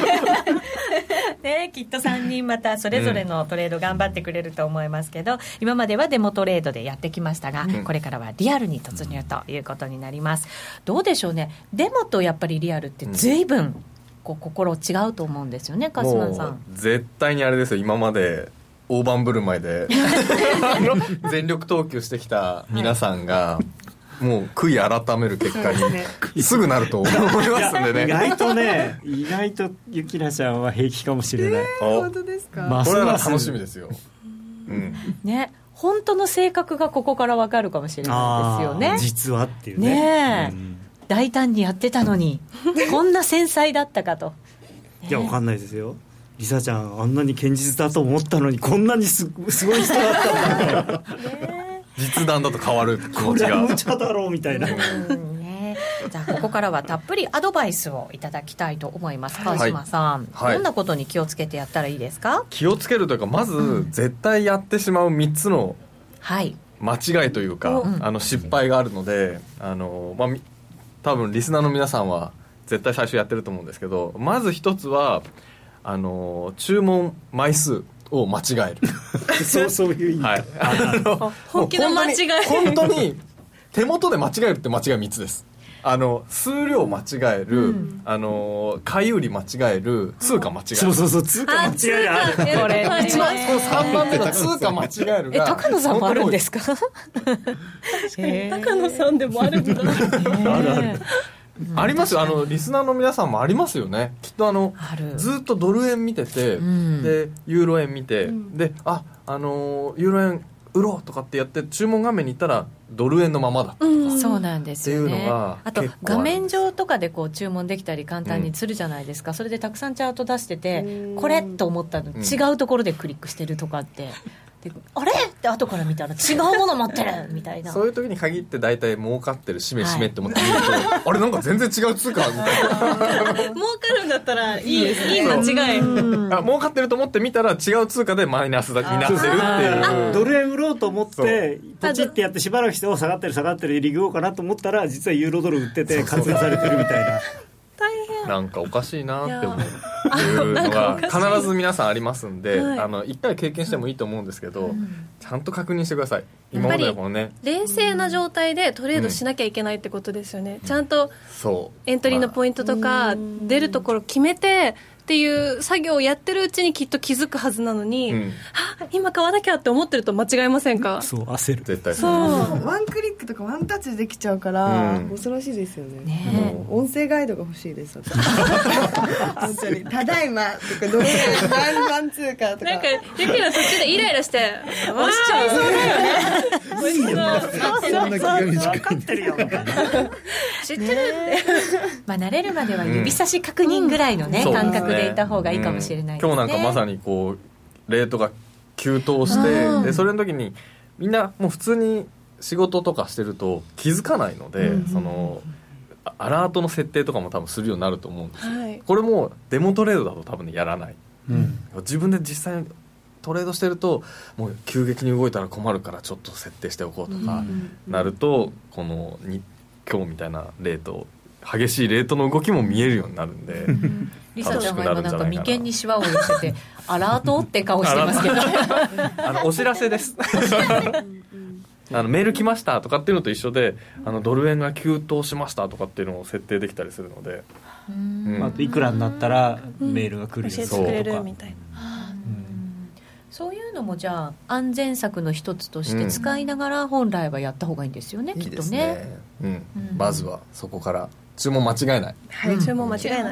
ね、きっと3人またそれぞれのトレード頑張ってくれると思いますけど、今まではデモトレードでやってきましたが、これからはリアルに突入ということになります。どうでしょうね、デモとやっぱりリアルって随分こう心違うと思うんですよね、カスマンさん。 絶対にあれですよ、今まで大盤振る舞いで全力投球してきた皆さんが、もう悔い改める結果にすぐなると思いますんでね。 意外とゆきなちゃんは平気かもしれない。 本当ですか。 これは楽しみですよ。 ね、本当の性格がここから分かるかもしれないですよね。 実はっていうね。 ねえ、大胆にやってたのにこんな繊細だったかと。 いや、分かんないですよ。リサちゃんあんなに堅実だと思ったのにこんなにすごい人だったんだ実弾だと変わる気持ちが。 これは無茶だろうみたいな。 じゃあここからはたっぷりアドバイスをいただきたいと思います。川島さん、どんなことに気をつけてやったらいいですか。 気をつけるというか、まず絶対やってしまう3つの間違いというか、失敗があるので、多分リスナーの皆さんは絶対最初やってると思うんですけど、まず一つは注文枚数を間違える。 そういう意味、はい、 本気の間違い。 本当に手元で間違えるって間違い3つです。 数量間違える、買い売り間違える、通貨間違える。 そう通貨間違えるある。 これ一番3番目の通貨間違えるが高野さんもあるんですか？ 高野さんでもあるんだ。 あるある。 ありますよ。リスナーの皆さんもありますよね。きっとずっとドル円見てて、でユーロ円見て、でユーロ円売ろうとかってやって注文画面に行ったらドル円のままだったとか、 そうなんですよね。 っていうのがあと画面上とかでこう注文できたり簡単にするじゃないですか、それでたくさんチャート出してて、これと思ったの違うところでクリックしてるとかって、であれって後から見たら違うもの持ってるみたいな。 そういう時に限って大体儲かってるしめしめって思って見ると、あれなんか全然違う通貨みたいな儲かるんだったらいいですね。いい間違い。 儲かってると思って見たら違う通貨でマイナスになってるっていう。 ドル円売ろうと思ってポチってやってしばらくして下がってるリグおうかなと思ったら実はユーロドル売ってて換算されてるみたいな。 大変。 なんかおかしいなって思ういうのが必ず皆さんありますんで、一回経験してもいいと思うんですけど、ちゃんと確認してください。今まではこのね、 冷静な状態でトレードしなきゃいけないってことですよね。ちゃんとエントリーのポイントとか出るところ決めてっていう作業をやってるうちにきっと気づくはずなのに、今買わなきゃって思ってると間違えませんか？ そう焦る。 絶対そうワンクリックとかワンタッチできちゃうから、恐ろしいですよね。もう音声ガイドが欲しいです本当にただいまとかどれ何番通貨とかなんかゆきの途中でイライラして押しちゃいそうだよね。 そんな気が短い。 分かってるよみたいな。 知ってるって、 慣れるまでは指差し確認ぐらいのね、感覚でいた方がいいかもしれないですね。 今日なんかまさにこうレートが急騰して、でそれの時にみんなもう普通に仕事とかしてると気づかないので、そのアラートの設定とかも多分するようになると思うんですよ、これもデモトレードだと多分ねやらない、自分で実際にトレードしてるともう急激に動いたら困るからちょっと設定しておこうとかなると、この今日みたいなレート、激しいレートの動きも見えるようになるんでリサちゃんが今なんか眉間にシワを寄せてアラートって顔してますけどお知らせですメール来ましたとかっていうのと一緒で、ドル円が急騰しましたとかっていうのを設定できたりするので、 あといくらになったらメールが来るよ教えてくれるみたいな。 そういうのもじゃあ安全策の一つとして使いながら本来はやった方がいいんですよね、きっとね。 まずはそこから注文間違えない、 注文間違えない。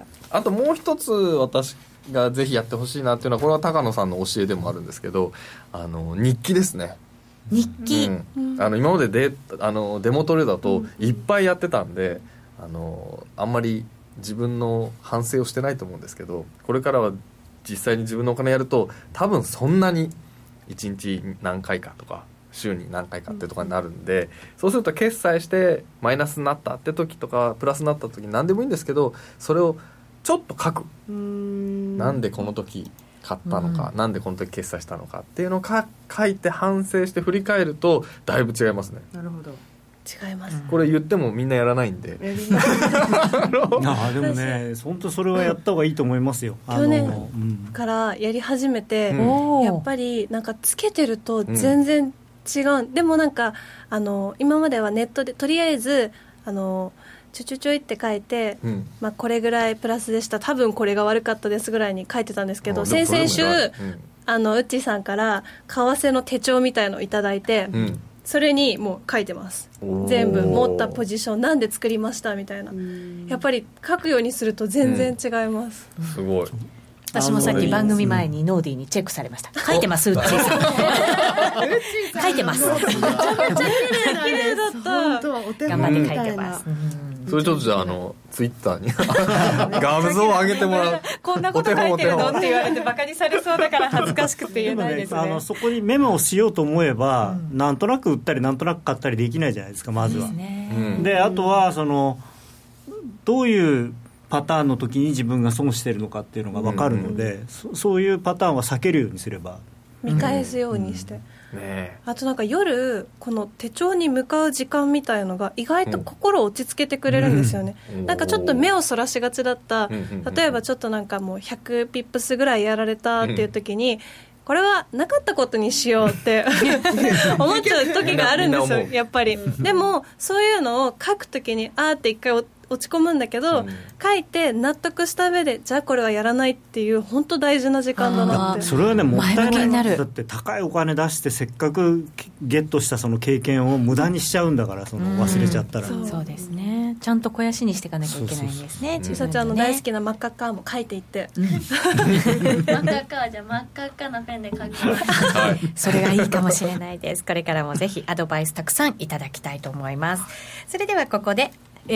あともう一つ私がぜひやってほしいなっていうのは、これは高野さんの教えでもあるんですけど、日記ですね。 日記、 今までデモトレだといっぱいやってたんで、あんまり自分の反省をしてないと思うんですけど、これからは実際に自分のお金やると多分そんなに1日何回かとか週に何回かってとかになるんで、そうすると決済してマイナスになったって時とかプラスになった時何でもいいんですけど、それをちょっと書く。なんでこの時買ったのか、なんでこの時決済したのかっていうのを書いて反省して振り返るとだいぶ違いますね。 なるほど、 違います。 これ言ってもみんなやらないんででもね本当それはやった方がいいと思いますよ。 去年からやり始めて、やっぱりなんかつけてると全然違う、でもなんか今まではネットでとりあえずちょいって書いて、これぐらいプラスでした、多分これが悪かったですぐらいに書いてたんですけど、先々週うっちーさんから為替の手帳みたいのをいただいて、それにもう書いてます。全部持ったポジションなんで作りましたみたいな。やっぱり書くようにすると全然違います、 すごい。 私もさっき番組前にノーディーにチェックされました。書いてますうっちーさん書いてます。めちゃめちゃ綺麗だった。頑張って書いてます。 それちょっとじゃあツイッターに画像を上げてもらうこんなこと書いてるのって言われてバカにされそうだから恥ずかしくて言えないですね。 そこにメモをしようと思えば、なんとなく売ったりなんとなく買ったりできないじゃないですか、まずは。であとはどういうパターンの時に自分が損してるのかっていうのが分かるので、そういうパターンは避けるようにすれば、 見返すようにして、あとなんか夜この手帳に向かう時間みたいのが意外と心を落ち着けてくれるんですよね、なんかちょっと目をそらしがちだった、例えばちょっとなんかもう100ピップスぐらいやられたっていう時に、 これはなかったことにしようって思っちゃう時があるんですよやっぱり。でもそういうのを書くときにあーって一回落ち込むんだけど、書いて納得した上でじゃあこれはやらないっていう本当大事な時間だなって。 それはねもったいない。だって高いお金出してせっかくゲットしたその経験を無駄にしちゃうんだから、その忘れちゃったら、 そうですね、ちゃんと肥やしにしていかなきゃいけないんですね。 ちさちゃんの大好きな真っ赤っかも書いていって、 真っ赤っかはじゃあ真っ赤っかなペンで書きますそれがいいかもしれないです。これからもぜひアドバイスたくさんいただきたいと思います。それではここで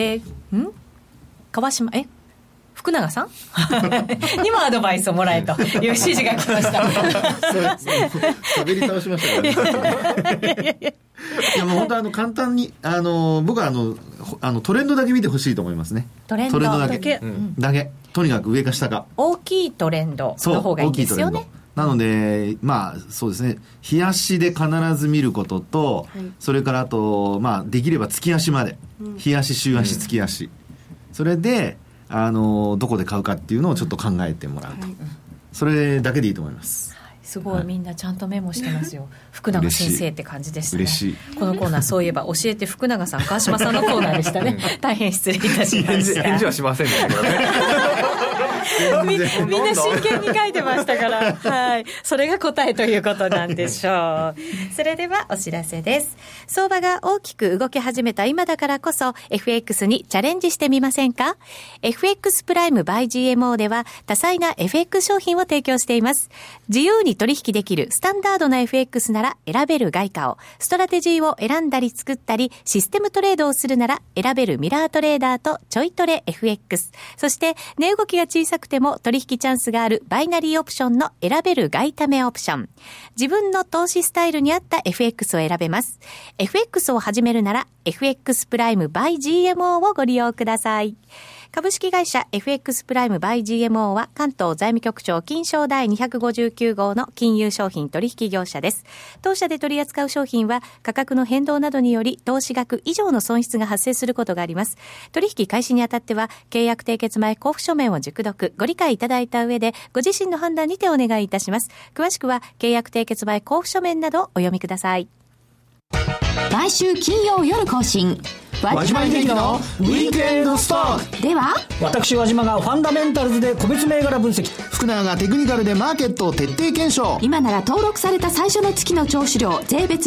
川島福永さんにもアドバイスをもらえという指示が来ました喋り倒しましたからねいやもう本当簡単に僕はトレンドだけ見てほしいと思いますね。トレンドだけ、とにかく上か下か大きいトレンドの方がいいですよね。 なのでそうですね、日足で必ず見ることと、それからあとできれば月足まで、日足週足月足、それでどこで買うかっていうのをちょっと考えてもらうと、それだけでいいと思います。 すごいみんなちゃんとメモしてますよ福永先生って感じでしたね。 嬉しい。 このコーナーそういえば教えて福永さん川島さんのコーナーでしたね大変失礼いたしました。 返事はしませんでしたけどねみんな真剣に書いてましたからはい、それが答えということなんでしょうそれではお知らせです。相場が大きく動き始めた今だからこそ FX にチャレンジしてみませんか。 FX プライム by GMO では多彩な FX 商品を提供しています。自由に取引できるスタンダードな FX なら選べる外貨を、ストラテジーを選んだり作ったりシステムトレードをするなら選べるミラートレーダーとちょいトレ FX、 そして値動きが小さくても取引チャンスがあるバイナリーオプションの選べる外為オプション。自分の投資スタイルに合った FX を選べます。 FX を始めるなら FX プライム by GMO をご利用ください。株式会社 FX プライム by GMO は関東財務局長金商第259号の金融商品取引業者です。当社で取り扱う商品は価格の変動などにより投資額以上の損失が発生することがあります。取引開始にあたっては契約締結前交付書面を熟読ご理解いただいた上でご自身の判断にてお願いいたします。詳しくは契約締結前交付書面などお読みください。 毎週金曜夜更新和島秀樹のウィークエンドストックでは、 私和島がファンダメンタルズで個別銘柄分析、 福永がテクニカルでマーケットを徹底検証。 今なら登録された最初の月の聴取料税別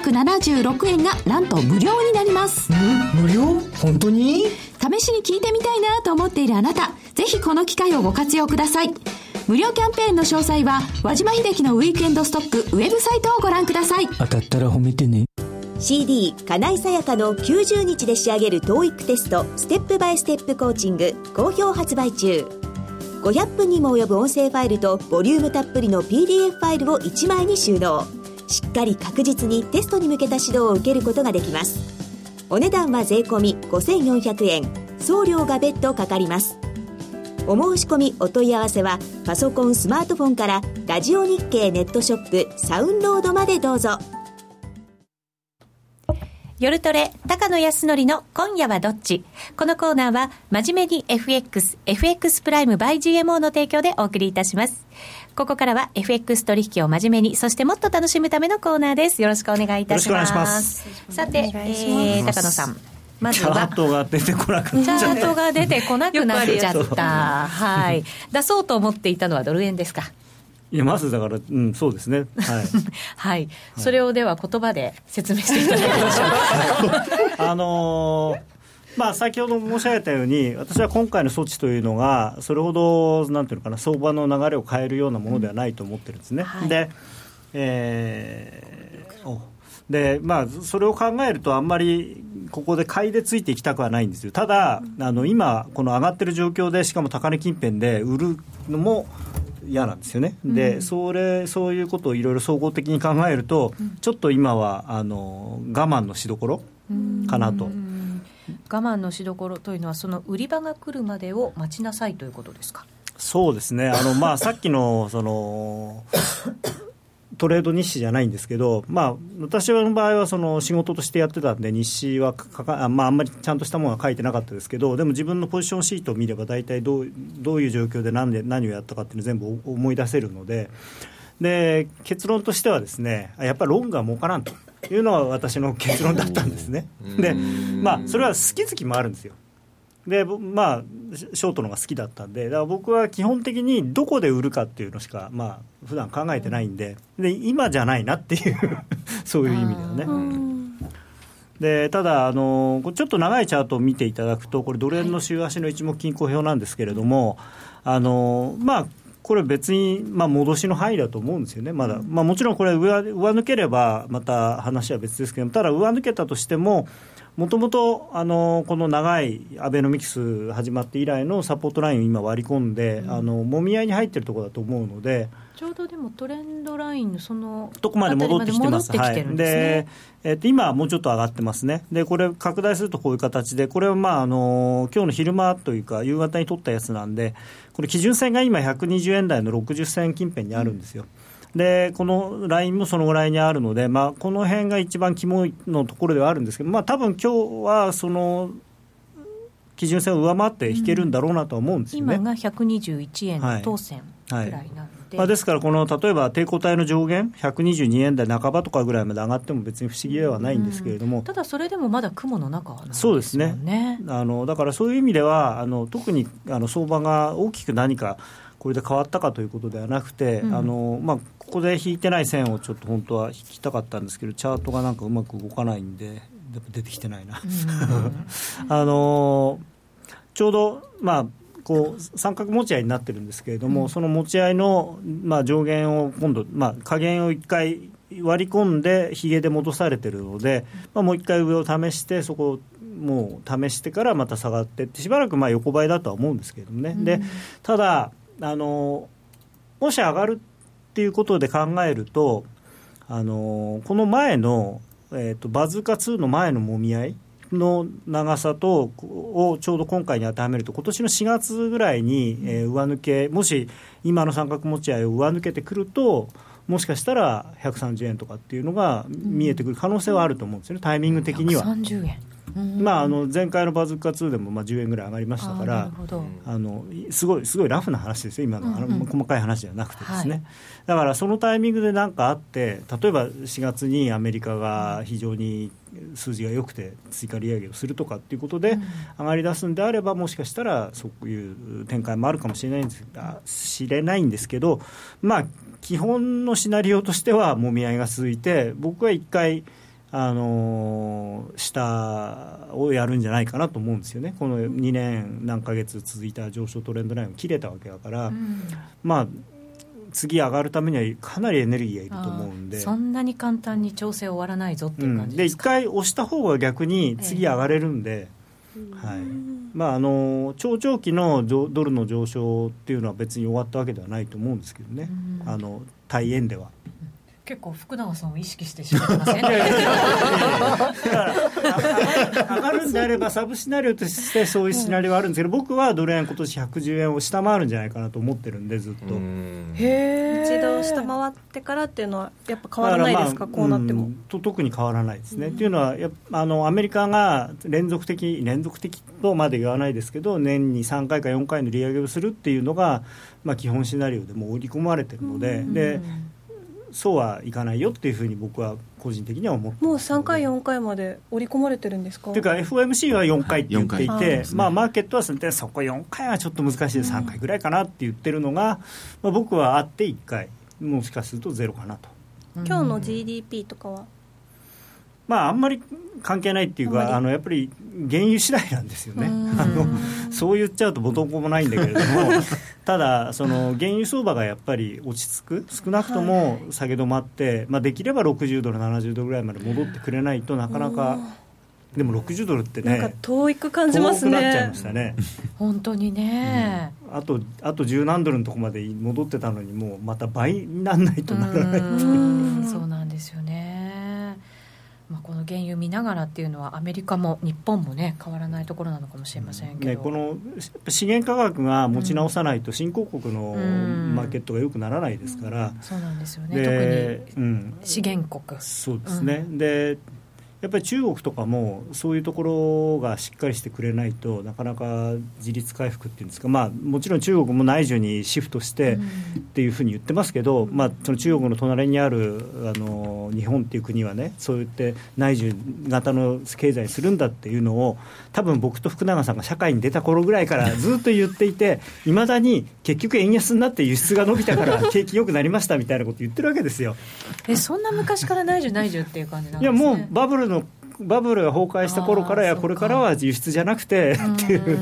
476円がなんと無料になります。 無料？本当に？ 試しに聞いてみたいなと思っているあなた、ぜひこの機会をご活用ください。無料キャンペーンの詳細は和島秀樹のウィークエンドストックウェブサイトをご覧ください。 当たったら褒めてね。 CD 金井さやかの90日で仕上げる TOEIC テストステップバイステップコーチング好評発売中。500分にも及ぶ音声ファイルとボリュームたっぷりの PDF ファイルを1枚に収納。しっかり確実にテストに向けた指導を受けることができます。お値段は税込み5400円、送料が別途かかります。お申し込みお問い合わせはパソコンスマートフォンからラジオ日経ネットショップサウンロードまでどうぞ。 夜トレ高野康則の今夜はどっち。このコーナーは真面目に FX プライム by GMO の提供でお送りいたします。ここからは FX 取引を真面目に、そしてもっと楽しむためのコーナーです。よろしくお願いいたします。 よろしくお願いします。 さて、高野さん、まずはチャートが出てこなくなっちゃった。 チャートが出てこなくなっちゃった。はい。出そうと思っていたのはドル円ですか。 いやまずだから、そうですね、はいはい、それをでは言葉で説明していただきましょう先ほど申し上げたように、私は今回の措置というのがそれほどなんていうのかな、相場の流れを変えるようなものではないと思ってるんですね、はい、でそれを考えるとあんまりここで買いでついていきたくはないんですよ。ただ今この上がってる状況で、しかも高値近辺で売るのも嫌なんですよね。で、そういうことをいろいろ総合的に考えると、ちょっと今は我慢のしどころかなと。 我慢のしどころというのは、その売り場が来るまでを待ちなさいということですか。 そうですね。さっきのそのトレード日誌じゃないんですけど、私の場合はその仕事としてやってたんで、日誌はあんまりちゃんとしたものは書いてなかったですけど、でも自分のポジションシートを見れば大体どういう状況で何をやったかっていうのを全部思い出せるので、 で結論としてはですね、やっぱりロングは儲からんというのは私の結論だったんですね。で、それは好き好きもあるんですよ。でショートの方が好きだったんで、だから僕は基本的にどこで売るかっていうのしか普段考えてないんで、今じゃないなっていうそういう意味ではね。でただちょっと長いチャートを見ていただくと、これドル円の週足の一目均衡表なんですけれども、これ別に戻しの範囲だと思うんですよね。まだ、もちろんこれ上抜ければまた話は別ですけども、ただ上抜けたとしてももともとこの長いアベノミクス始まって以来のサポートラインを今割り込んで、もみ合いに入っているところだと思うので、 ちょうどでもトレンドラインのそのとこまで戻ってきてます。 で今はもうちょっと上がってますね。でこれ拡大するとこういう形で、これは今日の昼間というか夕方に取ったやつなんで、これ基準線が今120円台の60銭近辺にあるんですよ。でこのラインもそのぐらいにあるので、この辺が一番肝のところではあるんですけど、多分今日はその基準線を上回って引けるんだろうなとは思うんですよね。 今が121円の当選ぐらいなので、 ですからこの例えば抵抗体の上限122円台半ばとかぐらいまで上がっても別に不思議ではないんですけれども、 ただそれでもまだ雲の中なんですよね。 そうですね。だからそういう意味では特に相場が大きく何かこれで変わったかということではなくて、ここで引いてない線をちょっと本当は引きたかったんですけど、チャートがなんかうまく動かないんで、やっぱ出てきてないなちょうどこう三角持ち合いになってるんですけれども、その持ち合いの上限を今度下限を1回割り込んでヒゲで戻されてるので、もう1回上を試して、そこをもう試してからまた下がってって、しばらく横ばいだとは思うんですけれどもね。でただもし上がるっていうことで考えると、この前の、バズーカ2の前のもみ合いの長さとをちょうど今回に当てはめると、今年の4月ぐらいに、上抜け、もし今の三角持ち合いを上抜けてくると、もしかしたら130円とかっていうのが見えてくる可能性はあると思うんですよね、タイミング的には。 130円、 前回のバズーカ2でも10円ぐらい上がりましたから、すごいラフな話ですよ、今の、細かい話ではなくてですね、だからそのタイミングで何かあって、例えば4月にアメリカが非常に数字が良くて追加利上げをするとかっていうことで上がり出すんであれば、もしかしたらそういう展開もあるかもしれないんですけど、基本のシナリオとしてはもみ合いが続いて、僕は一回下をやるんじゃないかなと思うんですよね。この2年何ヶ月続いた上昇トレンドラインを切れたわけだから、次上がるためにはかなりエネルギーがいると思うんで、 そんなに簡単に調整終わらないぞっていう感じですか。 で一回押した方が逆に次上がれるんで、長長期のドルの上昇っていうのは別に終わったわけではないと思うんですけどね、対円では。 結構福永さんを意識してしまいません？ 上がるんであればサブシナリオとしてそういうシナリオはあるんですけど、僕はドル円今年110円を下回るんじゃないかなと思ってるんで、ずっと。 一度下回ってからっていうのはやっぱ変わらないですか？こうなっても特に変わらないですね。っていうのはアメリカが連続的とまで言わないですけど、年に3回か4回の利上げをするっていうのが、基本シナリオでもう織り込まれてるので、そうはいかないよっていうふうに僕は個人的には思ってます。 もう3回4回まで織り込まれてるんですか？ というか FOMC は4回って言っていて、マーケットはそこ4回はちょっと難しいで3回ぐらいかなって言ってるのが、僕はあって1回、もしかするとゼロかなと。 今日の GDP とかはあんまり関係ないっていうか、やっぱり原油次第なんですよね。そう言っちゃうと元もないんだけれどもただその原油相場がやっぱり落ち着く、少なくとも下げ止まって、できれば60ドル70ドルぐらいまで戻ってくれないとなかなか。でも60ドルってね、 なんか遠く感じますね。 遠くなっちゃいましたね本当にね、 あと10何ドルのとこまで戻ってたのに、もうまた倍にならないとならないっていう。 そうなんですよね。この原油見ながらっていうのはアメリカも日本もね変わらないところなのかもしれませんけど、 この資源価格が持ち直さないと新興国のマーケットが良くならないですから、 そうなんですよね、特に資源国、 そうですね、でやっぱり中国とかもそういうところがしっかりしてくれないとなかなか自立回復っていうんですか、もちろん中国も内需にシフトしてっていうふうに言ってますけど、その中国の隣にある日本っていう国はね、そういって内需型の経済にするんだっていうのを多分僕と福永さんが社会に出た頃ぐらいからずっと言っていていまだに結局円安になって輸出が伸びたから景気良くなりましたみたいなこと言ってるわけですよ。 そんな昔から内需っていう感じなんですね。 いやもうバブルが崩壊した頃からこれからは輸出じゃなくてっていう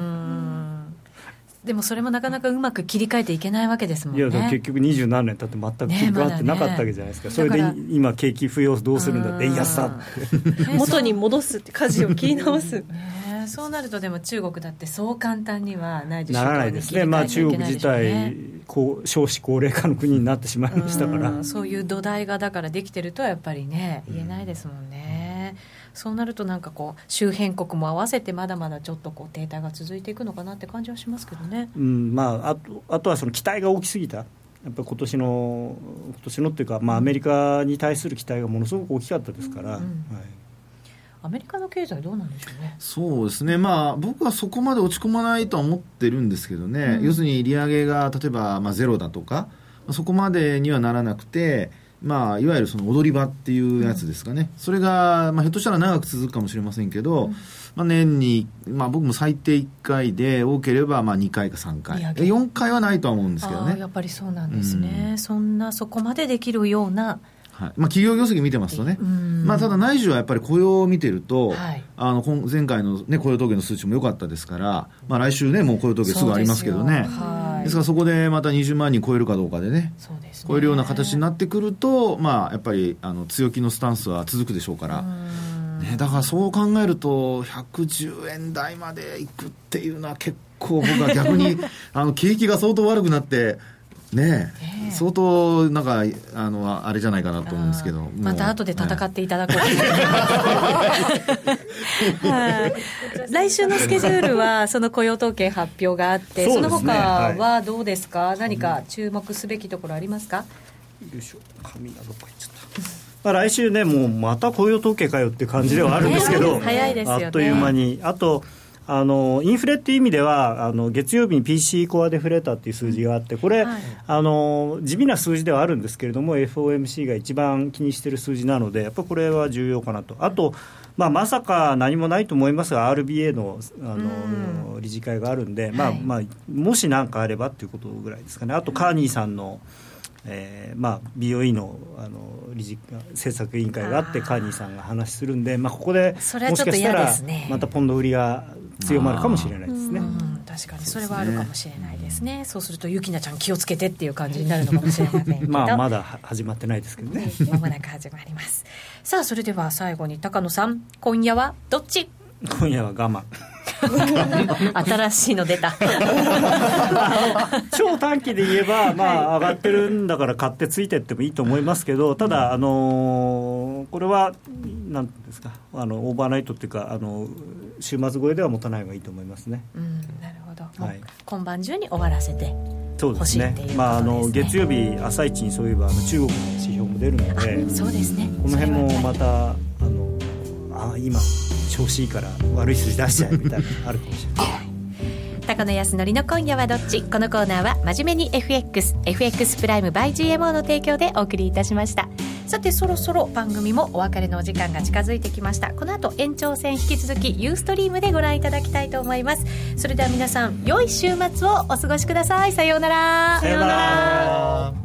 でもそれもなかなかうまく切り替えていけないわけですもんね。 いや結局20何年経って全く切り替わってなかったわけじゃないですか、それで今景気不要どうするんだって円安だって元に戻すって舵を切り直すそうなるとでも中国だってそう簡単には内需ならないですね。中国自体少子高齢化の国になってしまいましたからそういう土台がだからできてるとはやっぱりね言えないですもんね。そうなるとなんか周辺国も合わせてまだまだちょっと停滞が続いていくのかなって感じはしますけどね。 あとはその期待が大きすぎた、やっぱり今年のっていうか、アメリカに対する期待がものすごく大きかったですから、 アメリカの経済どうなんでしょうね。 そうですね、僕はそこまで落ち込まないとは思ってるんですけどね、要するに利上げが例えばゼロだとかそこまでにはならなくて、いわゆるその踊り場っていうやつですかね、それが、ひょっとしたら長く続くかもしれませんけど、年に、僕も最低1回で多ければ2回か3回4回はないとは思うんですけどね。 やっぱりそうなんですね、そこまでできるような、 企業業績見てますとね、ただ内需はやっぱり雇用を見てると、前回の、雇用統計の数値も良かったですから、来週ねもう雇用統計すぐありますけどね、ですからそこでまた20万人超えるかどうかでね、超えるような形になってくると、やっぱり強気のスタンスは続くでしょうから、だからそう考えると110円台までいくっていうのは結構僕は逆に景気が相当悪くなって相当なんかあれじゃないかなと思うんですけど、 また後で戦っていただこう来週のスケジュールはその雇用統計発表があって、その他はどうですか、何か注目すべきところありますか。 よいしょ、紙がどっか行っちゃった。来週ねもうまた雇用統計かよって感じではあるんですけど、 早いですよね、 あっという間に。あとインフレっていう意味では月曜日に PC コアデフレーターっていう数字があって、これ、地味な数字ではあるんですけれども FOMC が一番気にしている数字なので、やっぱりこれは重要かなと。あと、まさか何もないと思いますが RBA の、理事会があるんで、もし何かあればということぐらいですかね。あとカーニーさんのBOE の政策委員会があってカーニーさんが話するんで、ここでもしかしたらまたポンド売りが強まるかもしれないですね。 確かにそれはあるかもしれないですね。そうするとゆきなちゃん気をつけてっていう感じになるのかもしれませんけどまだ始まってないですけどね。 まもなく始まります。さあそれでは最後に高野さん、今夜はどっち。 今夜は我慢新しいの出た超短期で言えば、上がってるんだから買ってついてってもいいと思いますけど、ただ、これはなんですか、オーバーナイトっていうか週末超えでは持たない方がいいと思いますね。 なるほど、今晩中に終わらせて欲しいっていうことですね。 月曜日朝一にそういえば中国の指標も出るので、 そうですね、 この辺もまた今調子いいから悪い数字出しちゃえみたいなのあるかもしれない高野康則の今夜はどっち。このコーナーは真面目に FX プライム by GMO の提供でお送りいたしました。さてそろそろ番組もお別れのお時間が近づいてきました。この後延長戦引き続きユーストリームでご覧いただきたいと思います。それでは皆さん良い週末をお過ごしください。さようなら。 さようなら。